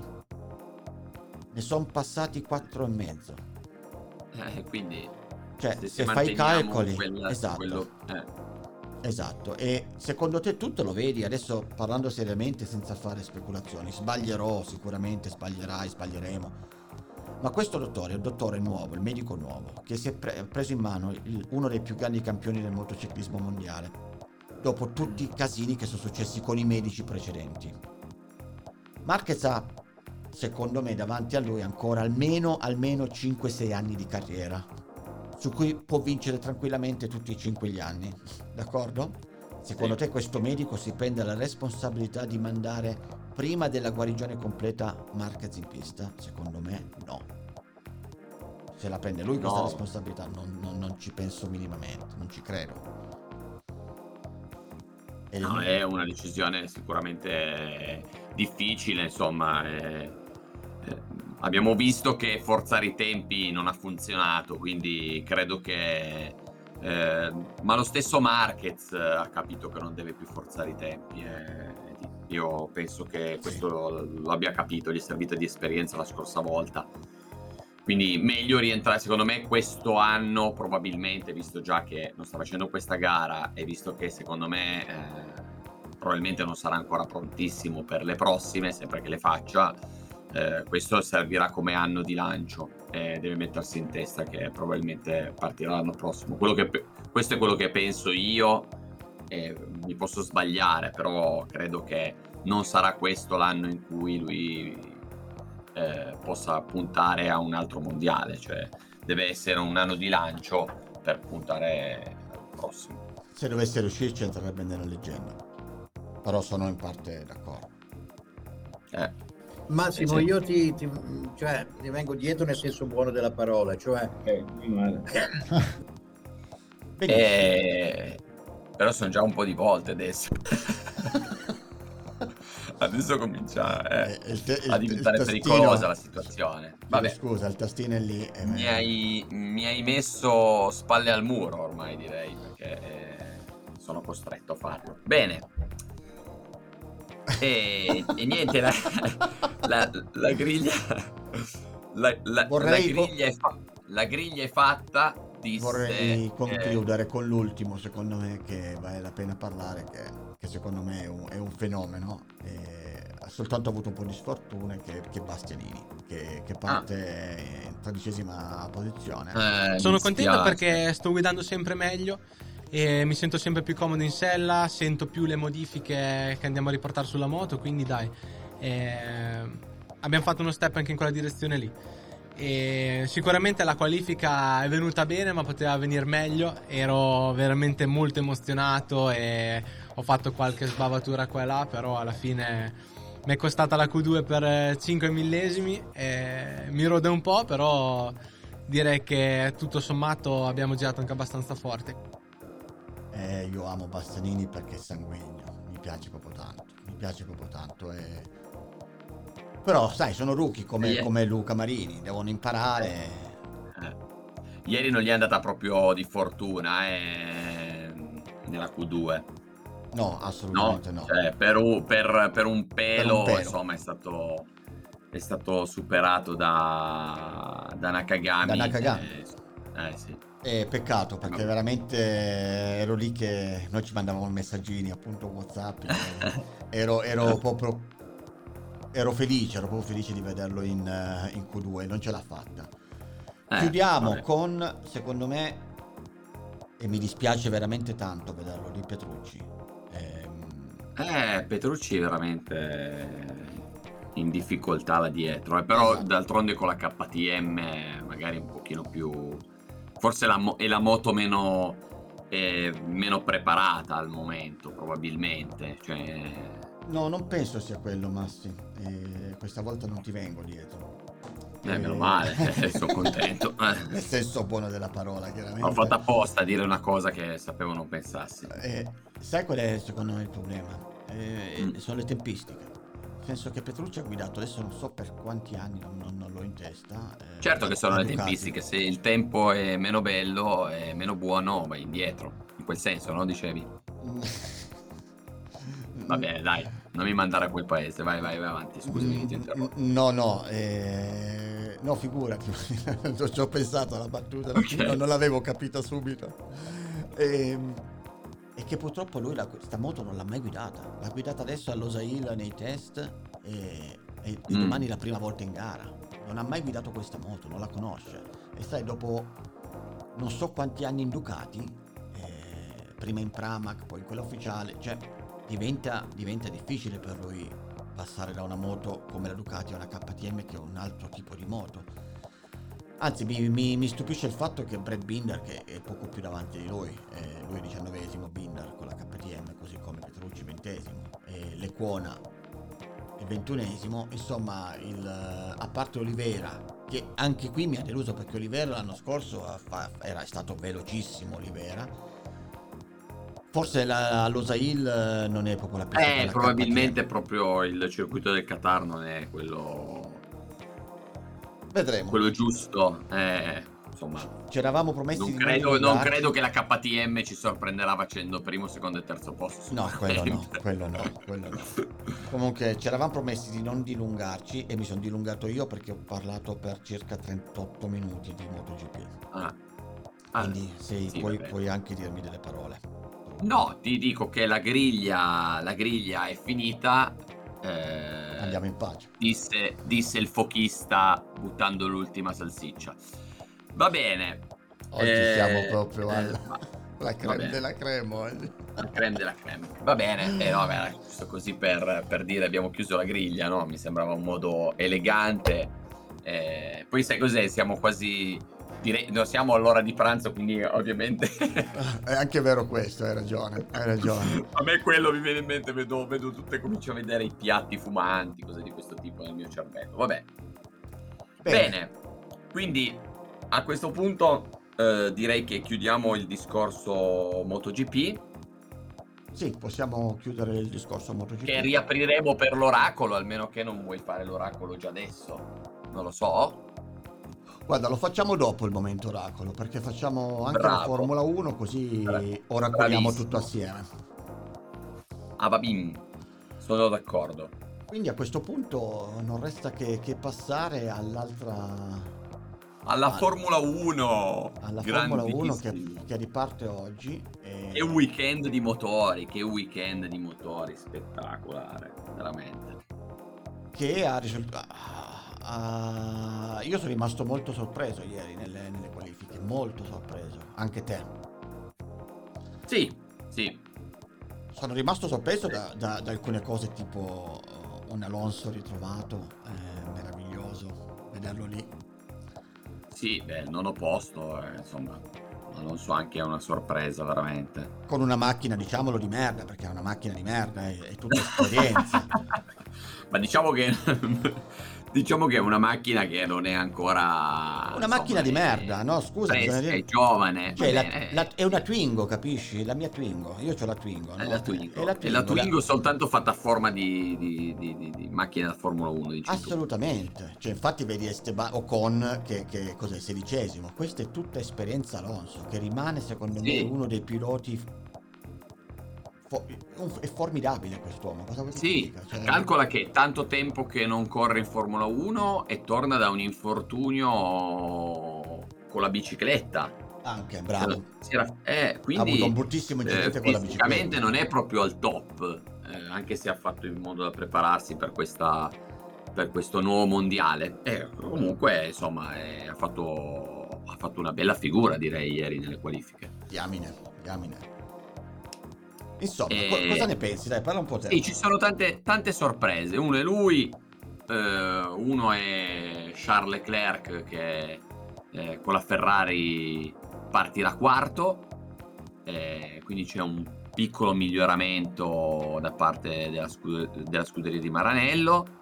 ne sono passati quattro e mezzo. Eh, quindi cioè se, se fai i calcoli quel, esatto, quello, eh. esatto, e secondo te tutto lo vedi adesso, parlando seriamente senza fare speculazioni, sbaglierò sicuramente, sbaglierai, sbaglieremo, ma questo dottore, il dottore nuovo, il medico nuovo che si è pre- preso in mano il, uno dei più grandi campioni del motociclismo mondiale dopo tutti i casini che sono successi con i medici precedenti, Marquez ha, secondo me, davanti a lui ancora almeno almeno cinque sei anni di carriera su cui può vincere tranquillamente tutti i cinque gli anni, d'accordo? Secondo sì. te questo medico si prende la responsabilità di mandare prima della guarigione completa Marquez in pista? Secondo me no. Se la prende lui questa no. responsabilità non, non, non ci penso minimamente, non ci credo. E no, è una decisione sicuramente difficile, insomma, eh, eh, abbiamo visto che forzare i tempi non ha funzionato, quindi credo che eh, ma lo stesso Marquez ha capito che non deve più forzare i tempi, eh. Io penso che questo lo, lo abbia capito, gli è servita di esperienza la scorsa volta, quindi meglio rientrare secondo me questo anno probabilmente, visto già che non sta facendo questa gara e visto che secondo me eh, probabilmente non sarà ancora prontissimo per le prossime, sempre che le faccia, eh, questo servirà come anno di lancio e deve mettersi in testa che probabilmente partirà l'anno prossimo. Quello che, questo è quello che penso io, e mi posso sbagliare, però credo che non sarà questo l'anno in cui lui eh, possa puntare a un altro mondiale, cioè deve essere un anno di lancio per puntare al prossimo. Se dovesse riuscirci entrerebbe nella leggenda, però sono in parte d'accordo. Eh. Massimo, eh sì. io ti, ti, cioè, ti vengo dietro nel senso buono della parola, cioè eh, eh, però sono già un po' di volte adesso. Adesso comincia eh, il te- il, a diventare il pericolosa la situazione. Vabbè, scusa, il tastino è lì. È mi, hai, mi hai messo spalle al muro ormai, direi, perché eh, sono costretto a farlo. Bene. E, e niente, la, la, la griglia la, la, la, griglia è fa- la griglia è fatta. Disse, Vorrei concludere eh, con l'ultimo, secondo me, che vale la pena parlare, che, che secondo me è un, è un fenomeno. E ha soltanto avuto un po' di sfortuna che, che Bastianini, che, che parte ah. in tredicesima posizione. Eh, Sono contento perché sto guidando sempre meglio e mi sento sempre più comodo in sella, sento più le modifiche che andiamo a riportare sulla moto, quindi dai, eh, abbiamo fatto uno step anche in quella direzione lì. E sicuramente la qualifica è venuta bene, ma poteva venire meglio. Ero veramente molto emozionato e ho fatto qualche sbavatura qua e là, però alla fine mi è costata la Q due per cinque millesimi e mi rode un po', però direi che tutto sommato abbiamo girato anche abbastanza forte. Eh, io amo Bastianini perché è sanguigno, mi piace proprio tanto, mi piace proprio tanto e... Però sai, sono rookie come, yeah. come Luca Marini, devono imparare. Eh. Ieri non gli è andata proprio di fortuna eh, nella Q due. No, assolutamente no. no. Cioè, per, un, per, per un pelo, Per un pelo. insomma, è stato, è stato superato da, da Nakagami. Da Nakagami. Eh, eh sì. Eh, peccato, perché No. veramente ero lì che noi ci mandavamo messaggini, appunto WhatsApp. e ero, ero proprio ero felice, ero proprio felice di vederlo in, eh, in Q due, non ce l'ha fatta. Eh, Chiudiamo vabbè. con, secondo me, e mi dispiace veramente tanto vederlo di Petrucci. Ehm, Eh, Petrucci è veramente in difficoltà là dietro, eh, però Esatto. d'altronde con la K T M magari un pochino più... Forse la mo- è la moto meno, eh, meno preparata al momento, probabilmente. Cioè... no, non penso sia quello, Massi. Eh, questa volta non ti vengo dietro. Eh, meno male, eh, sono contento. Eh. Nel senso buono della parola, chiaramente. Ho fatto apposta a dire una cosa che sapevo non pensassi. Eh, sai qual è secondo me il problema? Eh, Mm. Sono le tempistiche. Nel senso che Petrucci ha guidato, adesso non so per quanti anni, non, non- non l'ho in testa. eh, Certo che sono la le Ducati. tempistiche, se il tempo è meno bello e meno buono, vai indietro. In quel senso, no? Dicevi? Va bene, dai, non mi mandare a quel paese, vai, vai, vai avanti, scusami che ti interrompo. No, no, eh, no, figurati, ci ho pensato alla battuta, Ok. non, non l'avevo capita subito. Ehm, E che purtroppo lui la, sta moto non l'ha mai guidata. L'ha guidata adesso all'Osail nei test e, e, e Mm. domani la prima volta in gara. Non ha mai guidato questa moto, non la conosce. E sai, dopo non so quanti anni in Ducati, eh, prima in Pramac, poi in quella ufficiale, cioè diventa, diventa difficile per lui passare da una moto come la Ducati a una K T M che è un altro tipo di moto. Anzi, mi, mi- mi stupisce il fatto che Brad Binder, che è poco più davanti di lui, eh, lui è diciannovesimo, Binder con la K T M, così come Petrucci ventesimo, e Lecuona è ventunesimo, insomma, il, eh, a parte Oliveira, che anche qui mi ha deluso perché Oliveira l'anno scorso ha fa- era stato velocissimo Oliveira. Forse la, all'Osail eh, non è proprio la pista Eh, della probabilmente K T M. proprio il circuito del Qatar non è quello, Vedremo. quello giusto. Eh, insomma, Ci eravamo promessi non di credo, non dilungarci. credo che la K T M ci sorprenderà facendo primo, secondo e terzo posto. No, quello no, sicuramente. quello no, quello no. Comunque ci eravamo promessi di non dilungarci e mi sono dilungato io perché ho parlato per circa trentotto minuti di MotoGP. Ah. Ah, Quindi se sì, puoi, vabbè. puoi anche dirmi delle parole. No, ti dico che la griglia, la griglia è finita. eh, Andiamo in pace. disse, disse il fochista buttando l'ultima salsiccia. Va bene. Oggi Eh, siamo proprio eh, alla va- la va creme bene. della crema oggi. La creme della creme. Va bene, e no, beh, giusto così per, per dire abbiamo chiuso la griglia, no? Mi sembrava un modo elegante. Eh, poi sai cos'è? Siamo quasi... Direi, no, siamo all'ora di pranzo, quindi ovviamente... È anche vero questo, hai ragione, hai ragione. A me quello mi viene in mente, vedo, vedo tutte, comincio a vedere i piatti fumanti, cose di questo tipo nel mio cervello. Vabbè. Bene. Bene. Quindi a questo punto eh, direi che chiudiamo il discorso MotoGP, Sì, possiamo chiudere il discorso MotoGP. che riapriremo per l'oracolo, almeno che non vuoi fare l'oracolo già adesso. Non lo so. Guarda, lo facciamo dopo il momento oracolo, perché facciamo anche la Bravo. Formula uno, così Bra- oracoliamo bravissimo. tutto assieme. Ah, va bene. Sono d'accordo. Quindi a questo punto non resta che, che passare all'altra... Alla Ah, Formula uno. alla Formula uno che, Grandissimo. che riparte oggi. e- Che weekend di motori, che weekend di motori spettacolare, veramente. che ha risultato... io sono rimasto molto sorpreso ieri nelle, nelle qualifiche, molto sorpreso, anche te. Sì, sì. Sono rimasto sorpreso da, da- da alcune cose tipo eh, un Alonso ritrovato, eh, meraviglioso vederlo lì. Sì, beh, il nono posto, eh, insomma, non so, anche è una sorpresa, veramente. Con una macchina, diciamolo, di merda, perché è una macchina di merda, è, è tutta esperienza. Ma diciamo che diciamo che è una macchina che non è ancora Una macchina di è- merda, no? Scusa, bisogna fresca, dire- è giovane. Cioè, va la- bene. la- è una Twingo, capisci? La mia Twingo, io ho la Twingo, no? È la Twingo, È la è la Twingo, Twingo soltanto fatta a forma di, di, di, di- di macchina da Formula uno, dici tu. Assolutamente, cioè infatti vedi Esteban Ocon che, che cos'è, sedicesimo, questa è tutta esperienza Alonso, che rimane secondo Sì. me uno dei piloti fo- è formidabile quest'uomo. Cosa vuoi che ti Sì, dica? Cioè, calcola che è tanto tempo che non corre in Formula uno e torna da un infortunio con la bicicletta. Anche, bravo. Si era- eh, Ha quindi avuto un bruttissimo eh, incidente con la fisicamente bicicletta. non è proprio al top, eh, anche se ha fatto in modo da prepararsi per questa per questo nuovo mondiale. E comunque, insomma, eh, ha fatto ha fatto una bella figura, direi, ieri nelle qualifiche. Diamine, diamine. Insomma, E- co- cosa ne pensi? Dai, parla un po' te. Sì, ci sono tante, tante sorprese. Uno è lui, eh, uno è Charles Leclerc che eh, con la Ferrari partirà quarto, eh, quindi c'è un piccolo miglioramento da parte della, scu- della scuderia di Maranello.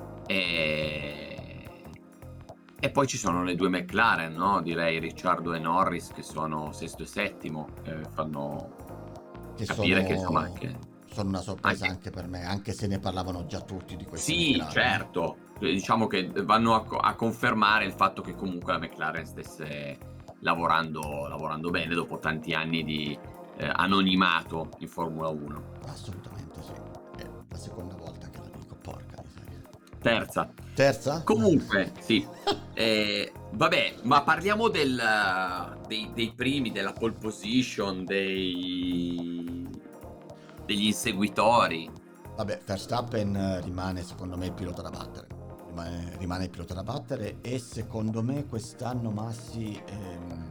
E... e poi ci sono le due McLaren, no? Direi Ricciardo e Norris, che sono sesto e settimo, che fanno Che capire sono, che insomma anche sono una sorpresa anche- anche per me, anche se ne parlavano già tutti di questi Sì, McLaren. certo. Eh, Diciamo che vanno a, co- a confermare il fatto che comunque la McLaren stesse lavorando, lavorando bene dopo tanti anni di eh, anonimato in Formula uno. Assolutamente sì. È la seconda volta che lo dico, porca miseria. Terza. Terza? Comunque, sì. Eh, vabbè, ma parliamo del, dei, dei primi, della pole position, dei, degli inseguitori. Vabbè, Verstappen eh, rimane secondo me il pilota da battere. Rimane, rimane il pilota da battere e secondo me quest'anno Massi ehm,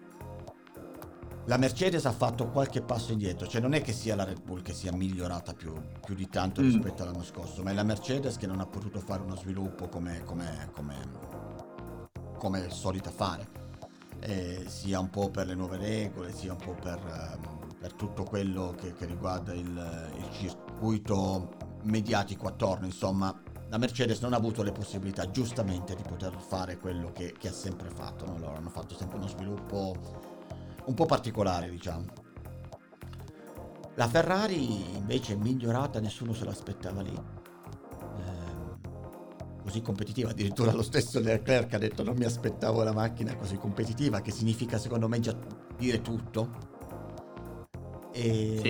la Mercedes ha fatto qualche passo indietro, cioè non è che sia la Red Bull che sia migliorata più, più di tanto Mm. rispetto all'anno scorso, ma è la Mercedes che non ha potuto fare uno sviluppo come, come, come, come è solita fare, eh, sia un po' per le nuove regole, sia un po' per, ehm, per tutto quello che, che riguarda il, il circuito mediatico attorno. Insomma, la Mercedes non ha avuto le possibilità giustamente di poter fare quello che, che ha sempre fatto, no? Loro hanno fatto sempre uno sviluppo un po' particolare, diciamo. La Ferrari invece è migliorata, nessuno se l'aspettava lì. Ehm, così competitiva, addirittura lo stesso Leclerc ha detto non mi aspettavo la macchina così competitiva, che significa secondo me già dire tutto. E, Sì.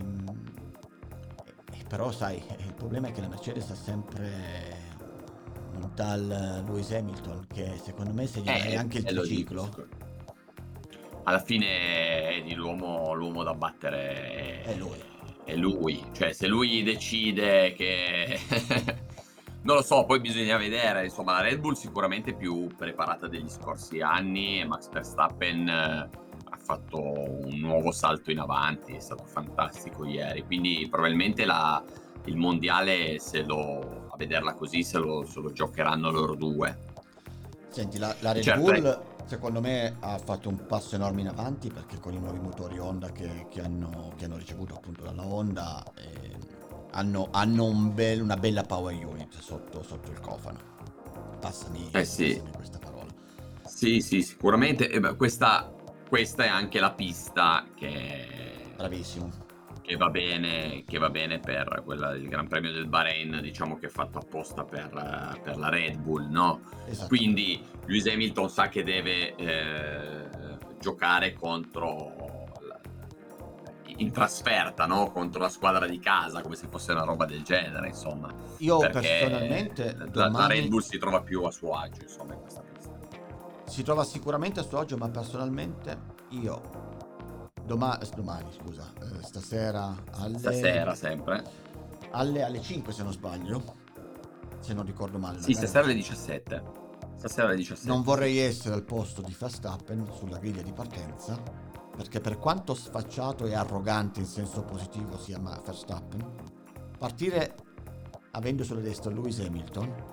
e però sai, il problema è che la Mercedes ha sempre un tal Lewis Hamilton che secondo me se gli dai Eh, anche il e lo triciclo dico. Alla fine di l'uomo, l'uomo da battere è lui. È lui. Cioè, se lui decide che non lo so, poi bisogna vedere. Insomma, la Red Bull sicuramente è più preparata degli scorsi anni e Max Verstappen eh, ha fatto un nuovo salto in avanti, è stato fantastico ieri. Quindi probabilmente la, il mondiale, se lo, a vederla così, se lo, se lo giocheranno loro due. Senti, la, la Red Certo, Bull secondo me ha fatto un passo enorme in avanti perché con i nuovi motori Honda che, che hanno, che hanno ricevuto appunto dalla Honda eh, hanno, hanno un bel- una bella power unit sotto, sotto il cofano. Passami, Eh sì. passami questa parola. Sì, sì, sicuramente. E beh, questa, questa è anche la pista che, Bravissimo. che va bene, che va bene per quella, il Gran Premio del Bahrain, diciamo che è fatto apposta per, eh, per la Red Bull, no? Esatto. Quindi Lewis Hamilton sa che deve eh, giocare contro la- in trasferta, no? Contro la squadra di casa, come se fosse una roba del genere, insomma. Io Perché personalmente la, la domani Red Bull si trova più a suo agio, insomma, in questa pista. si trova sicuramente a suo agio, ma personalmente io domani, domani scusa, eh, stasera alle Stasera sempre. alle, alle cinque se non sbaglio, se non ricordo male. Sì, la gara. stasera alle diciassette. Stasera alle diciassette. Non vorrei essere al posto di Verstappen sulla griglia di partenza, perché per quanto sfacciato e arrogante in senso positivo sia Ma- Verstappen, partire avendo sulla destra Lewis Hamilton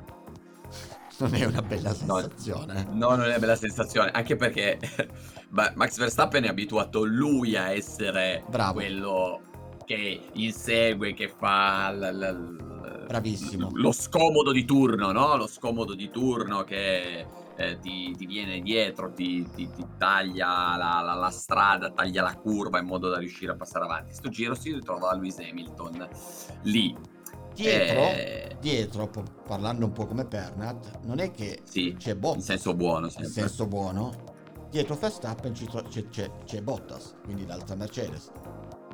non è una bella sensazione. No, non è una bella sensazione, anche perché ma- Max Verstappen è abituato lui a essere Bravo. quello che insegue, che fa l- l- l- Bravissimo. lo scomodo di turno, no? Lo scomodo di turno che eh, ti, ti viene dietro, ti, ti- ti taglia la, la- la strada, taglia la curva in modo da riuscire a passare avanti. Sto giro si ritrova Lewis Hamilton lì. Dietro, Eh, dietro, po- parlando un po' come Bernard, non è che Sì, c'è Bottas. in senso buono, In sempre. senso buono. Dietro Verstappen ci tro- c'è, c'è- c'è Bottas, quindi l'altra Mercedes.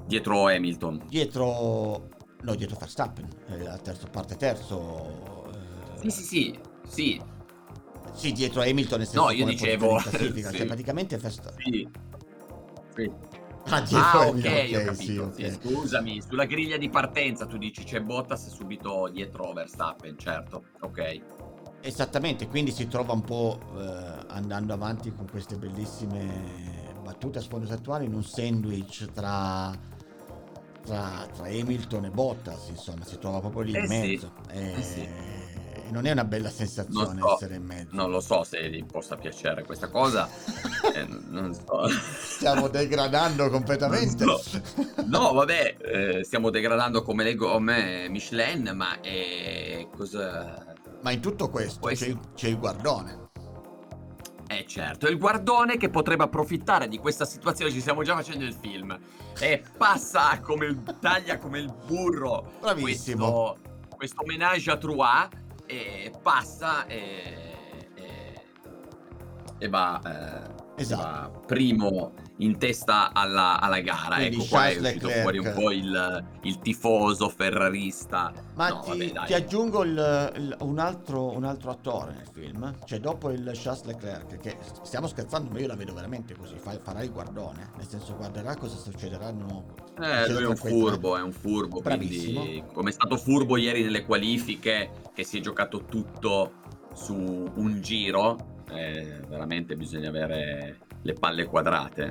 Dietro Hamilton. Dietro... No, dietro Verstappen, eh, al terzo, parte terzo. Eh... Sì, sì, sì, sì. Sì, dietro Hamilton, nel senso No, io come dicevo... posizione in classifica, sì. cioè praticamente Verstappen. Sì. Sì. Ah, dietro Ah, ok, Hamilton, ho ok, capito. sì, ok. Sì, scusami, sulla griglia di partenza tu dici c'è Bottas e subito dietro Verstappen, certo, ok. Esattamente, quindi si trova un po' eh, andando avanti con queste bellissime battute a sfondo attuali in un sandwich tra, tra, tra Hamilton e Bottas, insomma, si trova proprio lì Eh in sì, mezzo. eh E sì. non è una bella Non sensazione so, essere in mezzo. non lo so se gli possa piacere questa cosa, eh, non so. Stiamo degradando completamente. Non so. No, vabbè, eh, stiamo degradando come le gomme Michelin, ma è cosa... Ma in tutto questo Può c'è, essere- il- c'è il guardone. Eh certo, è il guardone che potrebbe approfittare di questa situazione, ci stiamo già facendo il film. E passa come il taglia come il burro. Bravissimo. Questo, questo ménage à trois e passa e, e, e va, eh, Esatto. va primo in testa alla, alla gara. Quindi Ecco qua è Charles uscito Leclerc. fuori un po' il, il tifoso ferrarista. Ma No, ti, vabbè, dai. ti aggiungo il- il- un, altro, un altro attore nel film. Cioè, dopo il Charles Leclerc, che stiamo scherzando, ma io la vedo veramente così. Fa- farà il guardone, nel senso, guarderà cosa succederanno. Eh, lui è un furbo, è un furbo, Bravissimo. quindi come è stato furbo ieri nelle qualifiche, che si è giocato tutto su un giro, eh, veramente bisogna avere le palle quadrate.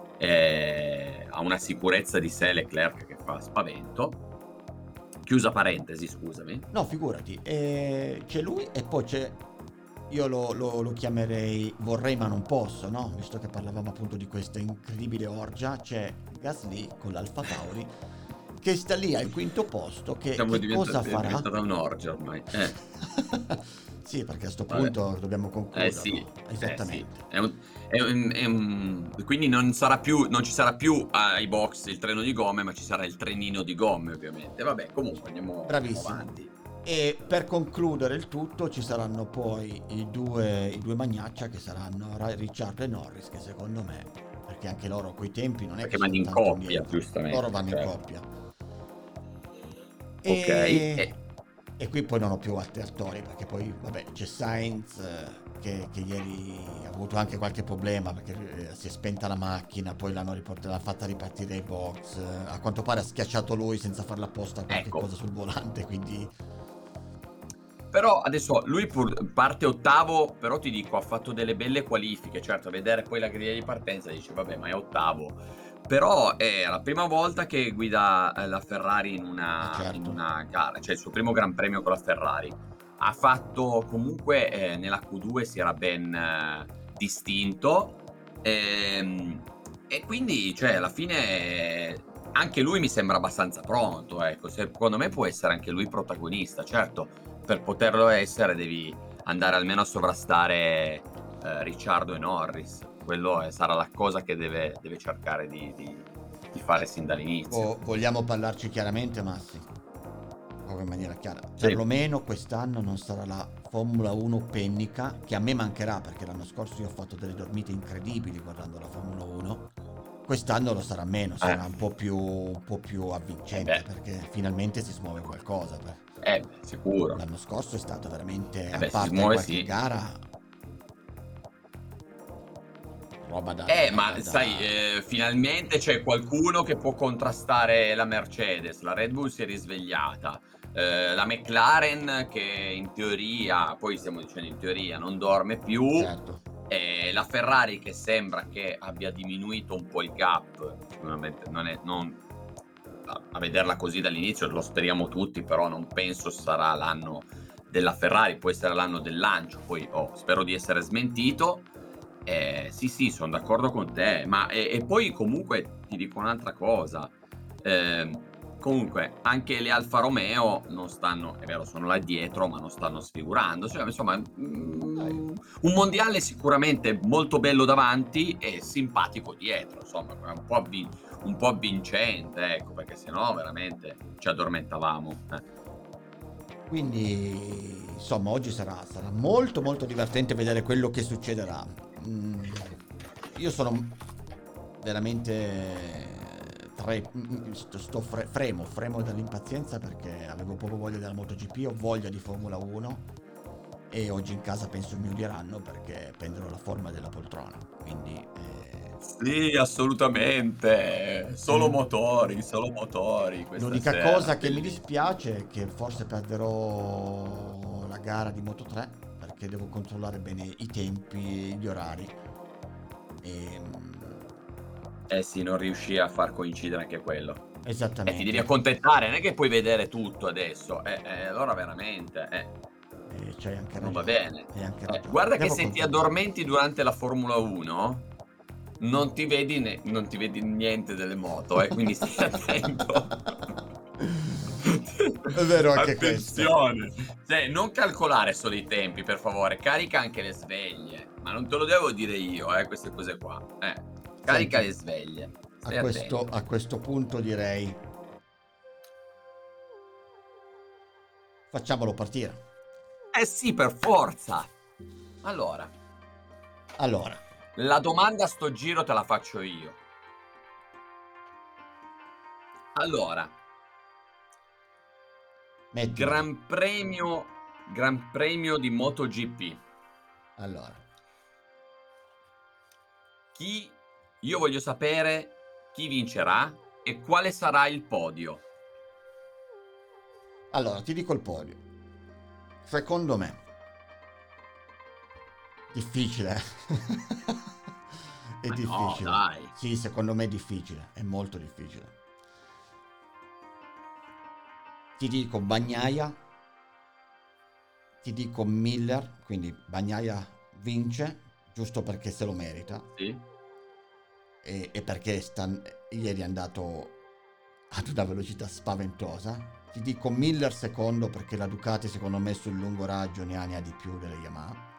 Eh, ha una sicurezza di sé Leclerc che fa spavento. Chiusa parentesi, scusami. No, figurati. E c'è lui e poi c'è. Io lo, lo- lo chiamerei vorrei ma non posso, no? Visto che parlavamo appunto di questa incredibile orgia, c'è Gasly con l'Alfa Tauri che sta lì al quinto posto. Che, Siamo che diventati- cosa è farà? diventata un'orgia ormai. Eh. Sì, perché a sto Vabbè. punto dobbiamo concludere. Eh sì, Esattamente. eh sì. È un- è un- è un- quindi non sarà più, non ci sarà più ai box il treno di gomme, ma ci sarà il trenino di gomme, ovviamente. Vabbè, comunque andiamo, andiamo Bravissimo. avanti. E per concludere il tutto ci saranno poi i due, i due magnaccia che saranno Ra- Ricciardo e Norris, che secondo me, perché anche loro coi tempi non è Perché che vanno sono in tanto coppia, indietro. giustamente, Loro vanno certo. in coppia. Ok, E... e- e qui poi non ho più altri attori, perché poi vabbè c'è Sainz eh, che, che ieri ha avuto anche qualche problema perché eh, si è spenta la macchina, poi l'hanno riportata, l'ha fatta ripartire ai box, eh, a quanto pare ha schiacciato lui senza farla apposta qualche Ecco. cosa sul volante, quindi Però adesso lui pur- parte ottavo, però ti dico, ha fatto delle belle qualifiche. Certo, a vedere poi la griglia di partenza dici, vabbè, ma è ottavo. Però è la prima volta che guida eh, la Ferrari in una, Eh, certo. in una gara, cioè il suo primo Gran Premio con la Ferrari. Ha fatto comunque eh, nella Q due si era ben eh, distinto. ehm, e quindi, cioè, alla fine eh, anche lui mi sembra abbastanza pronto. Ecco, secondo me può essere anche lui protagonista. Certo, per poterlo essere devi andare almeno a sovrastare eh, Ricciardo e Norris. Quello è- sarà la cosa che deve, deve cercare di, di- di fare sin dall'inizio. vo- vogliamo parlarci chiaramente, Massi? Proprio in maniera chiara. Sì. Perlomeno quest'anno non sarà la Formula uno pennica, che a me mancherà perché l'anno scorso io ho fatto delle dormite incredibili guardando la Formula uno. Quest'anno lo sarà meno, sarà Eh. un po' più, un po' più avvincente Eh beh. perché finalmente si smuove qualcosa. per- Eh, beh, sicuro. L'anno scorso è stato veramente, Eh a beh, si parte muove, qualche sì. gara, roba da... Eh, da- ma da- sai, eh, finalmente c'è qualcuno che può contrastare la Mercedes. La Red Bull si è risvegliata. Eh, la McLaren che in teoria, poi stiamo dicendo in teoria, non dorme più. Certo. E la Ferrari che sembra che abbia diminuito un po' il gap. Sicuramente non è... Non, a, a vederla così dall'inizio lo speriamo tutti, però non penso sarà l'anno della Ferrari. Può essere l'anno del lancio. Poi oh, spero di essere smentito. Eh, sì, sì, sono d'accordo con te, ma e, e poi comunque ti dico un'altra cosa. Eh, comunque anche le Alfa Romeo non stanno, è vero, sono là dietro, ma non stanno sfigurando. Cioè, insomma, mm, un mondiale sicuramente molto bello davanti e simpatico dietro, insomma, un po', avvin- un po' avvincente, ecco, perché sennò veramente ci addormentavamo. eh. Quindi, insomma, oggi sarà, sarà molto molto divertente vedere quello che succederà. Mm, io sono veramente tra fre- sto, sto fre- fremo, fremo dall'impazienza perché avevo proprio voglia della MotoGP, ho voglia di Formula uno e oggi in casa penso mi odieranno perché prenderò la forma della poltrona, quindi... Eh... Sì, assolutamente, solo Mm. motori, solo motori questa L'unica sera, cosa che mi bellissimo. dispiace è che forse perderò la gara di Moto tre perché devo controllare bene i tempi, gli orari. E... Eh sì, non riuscì a far coincidere anche quello. Esattamente. E ti devi accontentare, non è che puoi vedere tutto adesso. Eh, eh, allora veramente, eh. E c'hai anche non va ragione. bene. Hai anche Eh, ragione. guarda che Devo se ti controllare. addormenti durante la Formula uno, non ti vedi, ne- non ti vedi niente delle moto, eh, quindi stai attento. È vero anche questo. Attenzione. Cioè, non calcolare solo i tempi, per favore. Carica anche le sveglie. Ma non te lo devo dire io, eh, queste cose qua. Eh. Carica Senti, le sveglie. A Stai questo, attento. a questo punto direi facciamolo partire. Eh sì, per forza. Allora, Allora, la domanda a sto giro te la faccio io. Allora, metti. Gran Premio, Gran Premio di MotoGP. Allora, Chi, io voglio sapere chi vincerà e quale sarà il podio. allora ti dico il podio. Secondo me difficile. È Ma no, difficile. dai. Sì, secondo me è difficile, è molto difficile. Ti dico Bagnaia, ti dico Miller, quindi Bagnaia vince, giusto perché se lo merita. Sì. E, e perché sta- ieri è andato ad una velocità spaventosa. Ti dico Miller secondo perché la Ducati secondo me sul lungo raggio ne ha, ne ha di più delle Yamaha.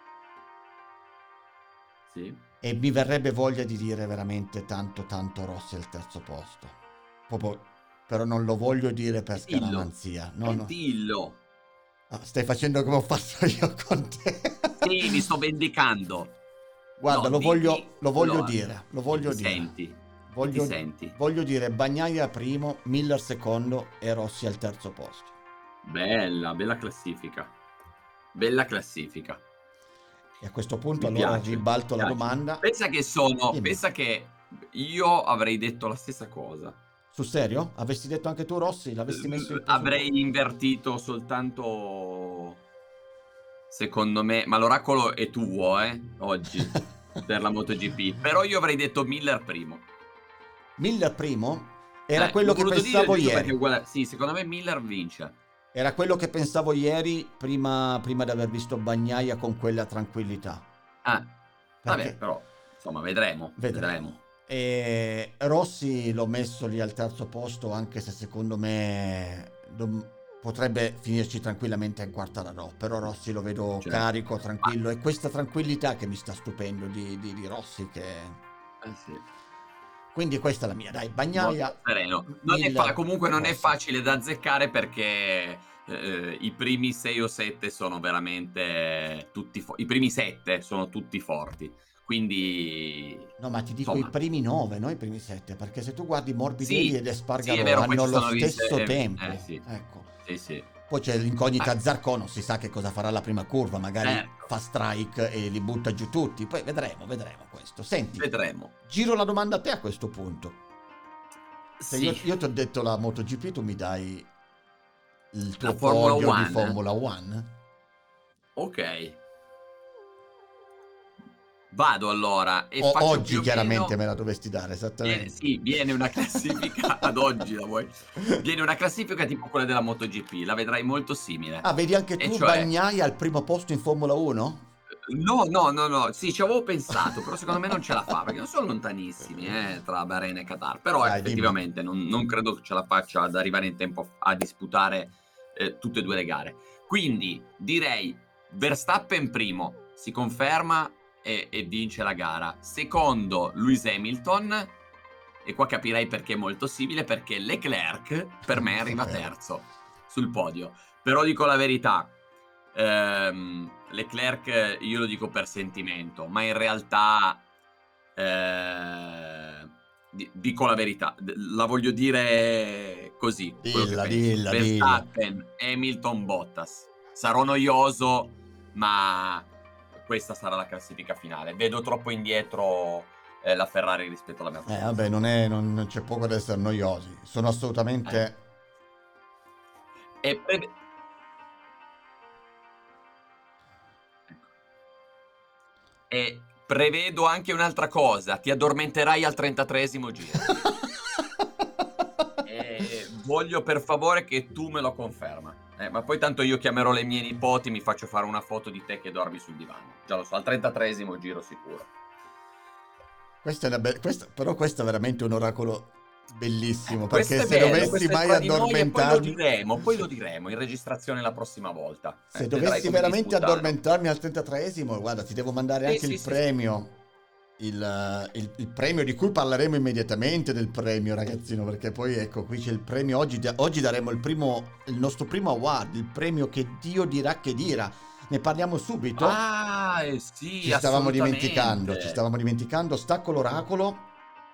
Sì. E mi verrebbe voglia di dire veramente tanto tanto Rossi al terzo posto. Proprio, però non lo voglio dire per Dillo. scaramanzia. No, E no. dillo. Ah, stai facendo come ho fatto io con te. Sì, mi sto vendicando. Guarda, No, lo di- voglio, di- lo voglio allora, dire, lo chi voglio ti dire. senti? Voglio, Chi ti senti? voglio dire Bagnaia primo, Miller secondo e Rossi al terzo posto. Bella, bella classifica. Bella classifica. E a questo punto Mi allora piace, ribalto mi la piace. domanda. Pensa che sono, Dimmi. pensa che io avrei detto la stessa cosa. Sul serio? Avessi detto anche tu Rossi? L'avessi messo in Avrei invertito soltanto, secondo me, ma l'oracolo è tuo, eh, oggi, per la MotoGP. Però io avrei detto Miller primo. Miller primo? Era Eh, quello l'ho che voluto dire pensavo giusto perché ieri. è uguale- Sì, secondo me Miller vince. Era quello che pensavo ieri prima, prima di aver visto Bagnaia con quella tranquillità. Ah, vabbè, Perché- però, insomma, vedremo. Vedremo. Vedremo. E Rossi l'ho messo lì al terzo posto anche se secondo me dom- potrebbe finirci tranquillamente in quarta da no, però Rossi lo vedo Certo. carico, tranquillo, e questa tranquillità che mi sta stupendo di, di- di Rossi che... Eh sì. Quindi questa è la mia, dai, Bagnaia... Molto sereno. Non è Miller, fa- comunque non è Rossi. facile da azzeccare perché eh, i primi sei o sette sono veramente tutti fo- i primi sette sono tutti forti. Quindi No, ma ti dico insomma, i primi nove, non i primi sette, perché se tu guardi Morbidelli Sì, ed Espargaro sì, è vero, poi hanno ci lo sono viste- stesso eh, tempo. eh, sì. Ecco. sì, sì. Poi c'è l'incognita Ah. Zarco, non si sa che cosa farà la prima curva, magari Certo. fa strike e li butta giù tutti. Poi vedremo, vedremo questo. Senti, Vedremo. giro la domanda a te a questo punto. Se Sì. io, io ti ho detto la MotoGP, tu mi dai il tuo La Formula podio di One? Formula One? Ok. Vado allora e O- faccio oggi più o chiaramente meno- me la dovresti dare, esattamente. Viene, sì, viene una classifica ad oggi la vuoi? Viene una classifica tipo quella della MotoGP, la vedrai molto simile. Ah, vedi anche E tu cioè- Bagnaia al primo posto in Formula uno? No, no, no, no, sì, ci avevo pensato, però secondo me non ce la fa, perché non sono lontanissimi, eh, tra Bahrain e Qatar, però Dai, effettivamente non, non credo che ce la faccia ad arrivare in tempo a disputare eh, tutte e due le gare. Quindi direi Verstappen primo, si conferma e, e vince la gara. Secondo Lewis Hamilton, e qua capirai perché è molto simile, perché Leclerc per me arriva terzo sul podio, però dico la verità. Ehm, Leclerc io lo dico per sentimento, ma in realtà eh, di- dico la verità, d- la voglio dire così. quello che Dilla, penso. dilla, dilla. Verstappen, Hamilton, Bottas. Sarò noioso, ma questa sarà la classifica finale. Vedo troppo indietro eh, la Ferrari rispetto alla Mercedes. Eh, vabbè, non, è, non, non c'è poco da essere noiosi. Sono assolutamente... E pre- E prevedo anche un'altra cosa, ti addormenterai al trentatreesimo giro. E voglio per favore che tu me lo conferma. Eh, ma poi tanto io chiamerò le mie nipoti, mi faccio fare una foto di te che dormi sul divano. Già lo so, al trentatreesimo giro sicuro. Questa è una be- questa- però questo è veramente un oracolo bellissimo, Questo perché è se bello, dovessi questo è mai tra di noi e poi lo addormentarmi... diremo, poi lo diremo in registrazione la prossima volta. Se Eh, dovessi vedrai come veramente disputarlo. addormentarmi al trentatreesimo, guarda, ti devo mandare Sì, anche sì, il sì, premio. Il, eh, il- il premio di cui parleremo immediatamente del premio, ragazzino, perché poi ecco, qui c'è il premio. Oggi, oggi daremo il primo, il nostro primo award, il premio che Dio dirà che dirà. Ne parliamo subito. Ah, eh sì, ci stavamo assolutamente. dimenticando, ci stavamo dimenticando. Stacco l'oracolo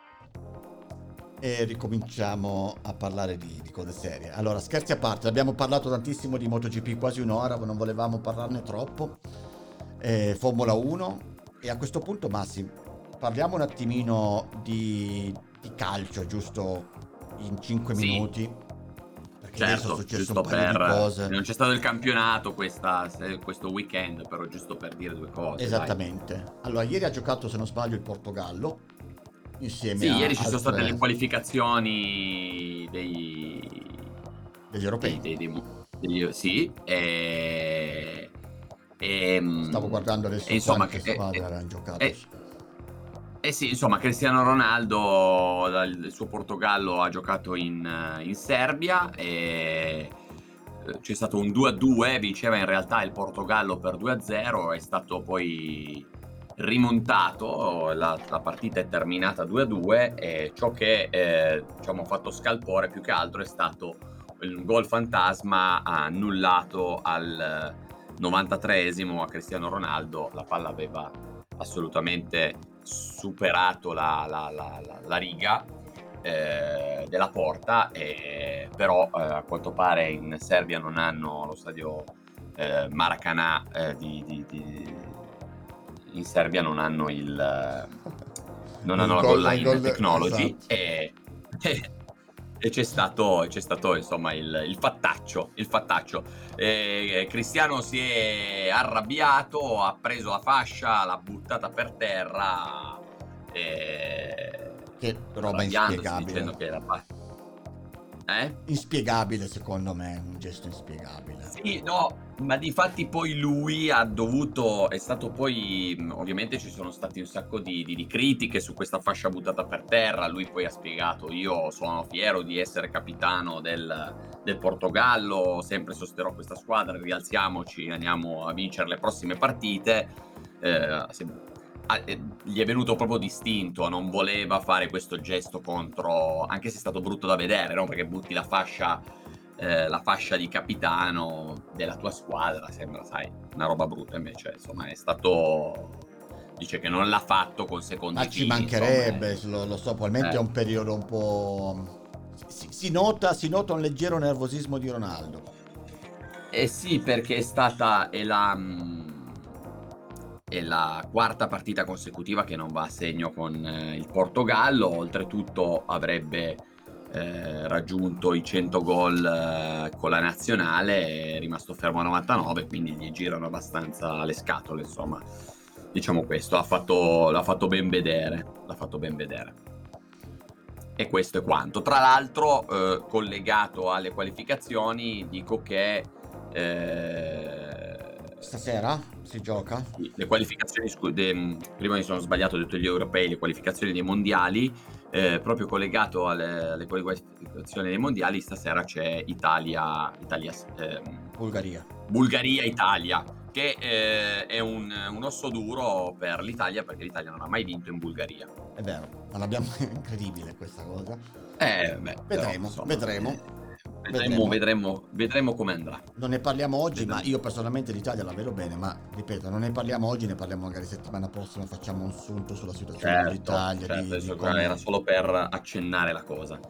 e ricominciamo a parlare di, di cose serie. Allora, scherzi a parte, abbiamo parlato tantissimo di MotoGP, quasi un'ora, ma non volevamo parlarne troppo. Eh, Formula uno. E a questo punto, Massi, parliamo un attimino di, di calcio, giusto in cinque Sì. minuti. Perché adesso è Certo, successo giusto un paio per... di cose. Non c'è stato il campionato questa, questo weekend, però giusto per dire due cose. Esattamente. Allora, ieri ha giocato, se non sbaglio, il Portogallo. Insieme Dai. Sì, a ieri ci sono altre- state le qualificazioni dei... degli europei. dei, dei- dei- degli- sì, e... e Stavo guardando adesso e insomma, quante che- squadre eh, avevano giocato. eh, Eh sì, insomma, Cristiano Ronaldo, dal- il suo Portogallo, ha giocato in, eh, in Serbia e eh, c'è stato un due a due, vinceva in realtà il Portogallo per due a zero, è stato poi rimontato, la, la partita è terminata due a due e ciò che eh, diciamo, ha fatto scalpore più che altro è stato il gol fantasma annullato al novantatreesimo a Cristiano Ronaldo. La palla aveva assolutamente superato la, la, la, la, la riga eh, della porta, e però eh, a quanto pare in Serbia non hanno lo stadio eh, Maracanã eh, di, di, di, in Serbia non hanno il non Il hanno la gol- goal line gol- technology, esatto. e, e e c'è stato, c'è stato insomma il, il fattaccio, il fattaccio. Eh, Cristiano si è arrabbiato, ha preso la fascia, l'ha buttata per terra, eh, Che roba arrabbiandosi, inspiegabile. dicendo che era fa- eh? Inspiegabile, secondo me, un gesto inspiegabile. Sì, no, ma di fatti poi lui ha dovuto, è stato poi, mh, ovviamente ci sono stati un sacco di, di- di critiche su questa fascia buttata per terra. Lui poi ha spiegato: io sono fiero di essere capitano del, del Portogallo, sempre sosterrò questa squadra, rialziamoci, andiamo a vincere le prossime partite. Eh, se- ah, eh, gli è venuto proprio distinto, non voleva fare questo gesto contro, anche se è stato brutto da vedere, no? Perché butti la fascia, eh, la fascia di capitano della tua squadra, sembra, sai, una roba brutta. Invece, insomma, è stato, dice che non l'ha fatto con secondi Ma ci fini, mancherebbe, insomma, lo, lo so, probabilmente Eh. è un periodo un po'... Si, si nota, si nota un leggero nervosismo di Ronaldo. Eh sì, perché è stata è la, mh, è la quarta partita consecutiva che non va a segno con eh, il Portogallo. Oltretutto avrebbe eh, raggiunto i cento gol eh, con la nazionale, è rimasto fermo a novantanove, quindi gli girano abbastanza le scatole, insomma. Diciamo questo, ha fatto, l'ha fatto ben vedere, l'ha fatto ben vedere. E questo è quanto. Tra l'altro, eh, collegato alle qualificazioni, dico che eh, Stasera si gioca? le qualificazioni, scu- de- prima mi sono sbagliato, ho detto gli europei, le qualificazioni dei mondiali, eh, proprio collegato alle, alle qualificazioni dei mondiali, stasera c'è Italia, Italia ehm, Bulgaria. Bulgaria-Italia, che eh, è un, un osso duro per l'Italia, perché l'Italia non ha mai vinto in Bulgaria. È vero, non abbiamo... incredibile questa cosa. Eh, beh, però, Vedremo, insomma, vedremo. eh, vedremo, vedremo, vedremo come andrà. Non ne parliamo oggi, vedremo. Ma io personalmente l'Italia la vedo bene, ma ripeto, non ne parliamo oggi, ne parliamo magari settimana prossima, facciamo un sunto sulla situazione certo, dell'Italia. Certo, di, di come... era solo per accennare la cosa.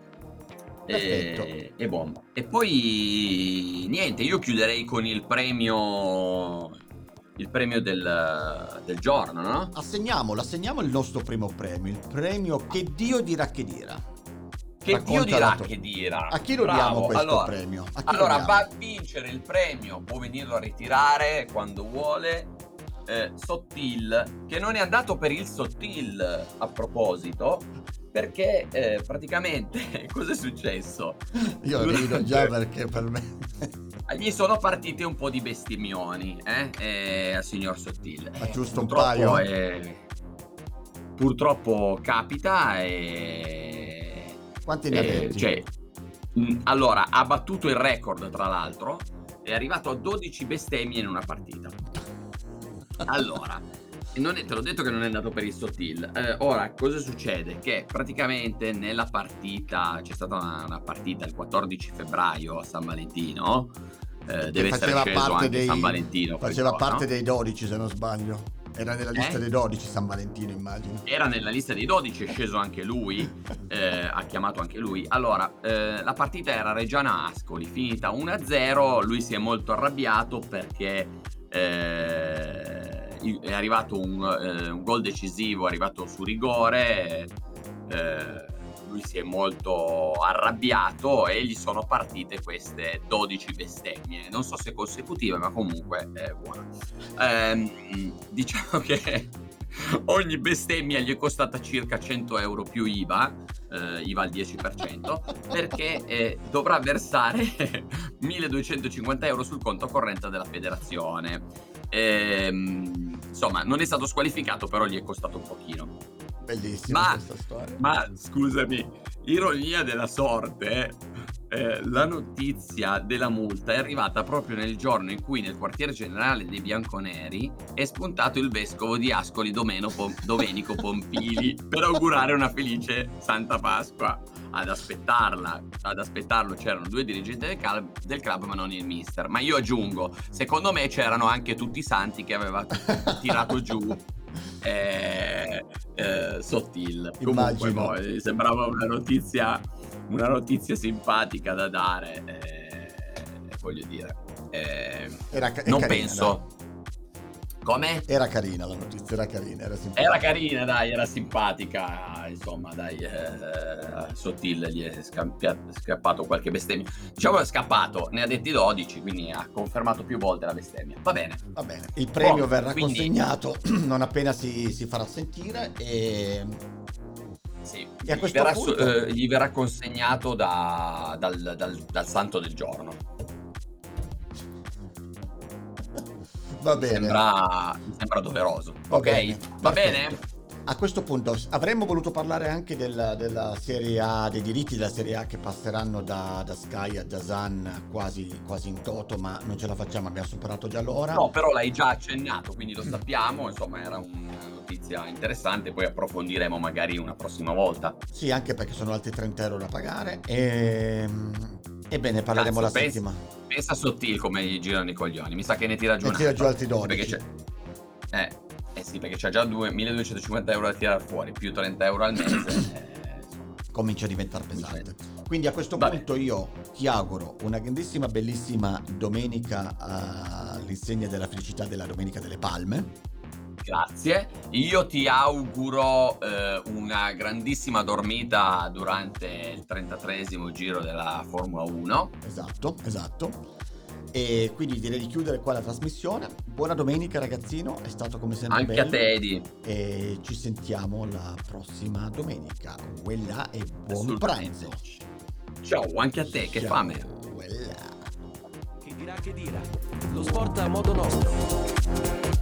E, e buon. E poi niente, io chiuderei con il premio il premio del, del giorno, no? Assegniamolo, assegniamo il nostro primo premio, il premio Che Dio dirà che dirà. Che Racconta Dio dirà to- che dirà. A chi lo Bravo. diamo questo allora, premio? A chi allora va a vincere il premio, può venirlo a ritirare quando vuole. Eh, Sottil, che non è andato per il Sottil a proposito, perché eh, praticamente cosa è successo? Io rido già perché per me gli sono partite un po' di bestemmioni eh? Eh, al signor Sottil. Ma giusto eh, un paio? È... Purtroppo capita e... Quanti ne eh, avete? Cioè, mh, allora, ha battuto il record, tra l'altro, è arrivato a dodici bestemmie in una partita. Allora, non è, te l'ho detto che non è andato per il Sottil. Eh, ora, cosa succede? Che praticamente nella partita, c'è stata una, una partita il quattordici febbraio a San Valentino, eh, deve essere sceso anche dei, San Valentino. Faceva giorno. parte dei dodici, se non sbaglio. Era nella lista eh? dei dodici San Valentino, immagino. Era nella lista dei dodici, è sceso anche lui, eh, ha chiamato anche lui. Allora, eh, la partita era Reggiana Ascoli, finita uno a zero, lui si è molto arrabbiato perché... Eh, è arrivato un, eh, un gol decisivo, è arrivato su rigore, eh, lui si è molto arrabbiato e gli sono partite queste dodici bestemmie, non so se consecutive, ma comunque è buona. Eh, diciamo che ogni bestemmia gli è costata circa cento euro più I V A, eh, I V A al dieci per cento, perché eh, dovrà versare milleduecentocinquanta euro sul conto corrente della federazione. Ehm, insomma, non è stato squalificato, però gli è costato un pochino. Bellissima ma, questa storia. Ma scusami, ironia della sorte, eh, la notizia della multa è arrivata proprio nel giorno in cui nel quartier generale dei bianconeri è spuntato il vescovo di Ascoli Domeno Pom- Domenico Pompili per augurare una felice Santa Pasqua. Ad aspettarla, ad aspettarlo c'erano due dirigenti del club, del club, ma non il mister. Ma io aggiungo, secondo me c'erano anche tutti i santi che aveva tirato giù eh, eh, Sottil. Comunque boh, sembrava una notizia, una notizia simpatica da dare. Eh, voglio dire, eh, Era, non carina, penso. Dai. Come? Era carina la notizia, era carina, era simpatica. Era carina, dai, era simpatica, insomma, dai, eh, Sottil gli è scampiato, scappato qualche bestemmia. Diciamo che è scappato, ne ha detti dodici, quindi ha confermato più volte la bestemmia. Va bene. Va bene, il premio oh, verrà quindi... consegnato non appena si, si farà sentire e... Sì, e a gli, questo verrà, punto... eh, gli verrà consegnato da, dal, dal, dal santo del giorno. Va bene. Sembra, mi sembra doveroso. Va ok? bene, Va perfetto. bene? A questo punto avremmo voluto parlare anche della, della Serie A, dei diritti della Serie A che passeranno da, da Sky a Dazan quasi, quasi in toto, ma non ce la facciamo, abbiamo superato già l'ora. No, però l'hai già accennato, quindi lo sappiamo, insomma era una notizia interessante, poi approfondiremo magari una prossima volta. Sì, anche perché sono altri trenta euro da pagare e... Ebbene, parleremo Cazzo, la pensa, settimana. Pensa a Sottil come gli girano i coglioni. Mi sa che ne tira giù ne un tira altro, giù altri dodici. Perché c'è... Eh, eh sì, perché c'ha già due, milleduecentocinquanta euro da tirare fuori, più trenta euro al mese. eh, Comincia a diventare pesante. Quindi a questo Vabbè. punto io ti auguro una grandissima, bellissima domenica all'insegna della felicità della Domenica delle Palme. Grazie. Io ti auguro eh, una grandissima dormita durante il trentatreesimo giro della Formula uno. Esatto, esatto. E quindi direi di chiudere qua la trasmissione. Buona domenica ragazzino, è stato come sempre Anche bello. a te, Edi. E ci sentiamo la prossima domenica. Quella e buon Assolutamente. pranzo. Ciao, anche a te, che Ciao. fame. Quella. Chi dirà che dirà? Lo sport a modo nostro.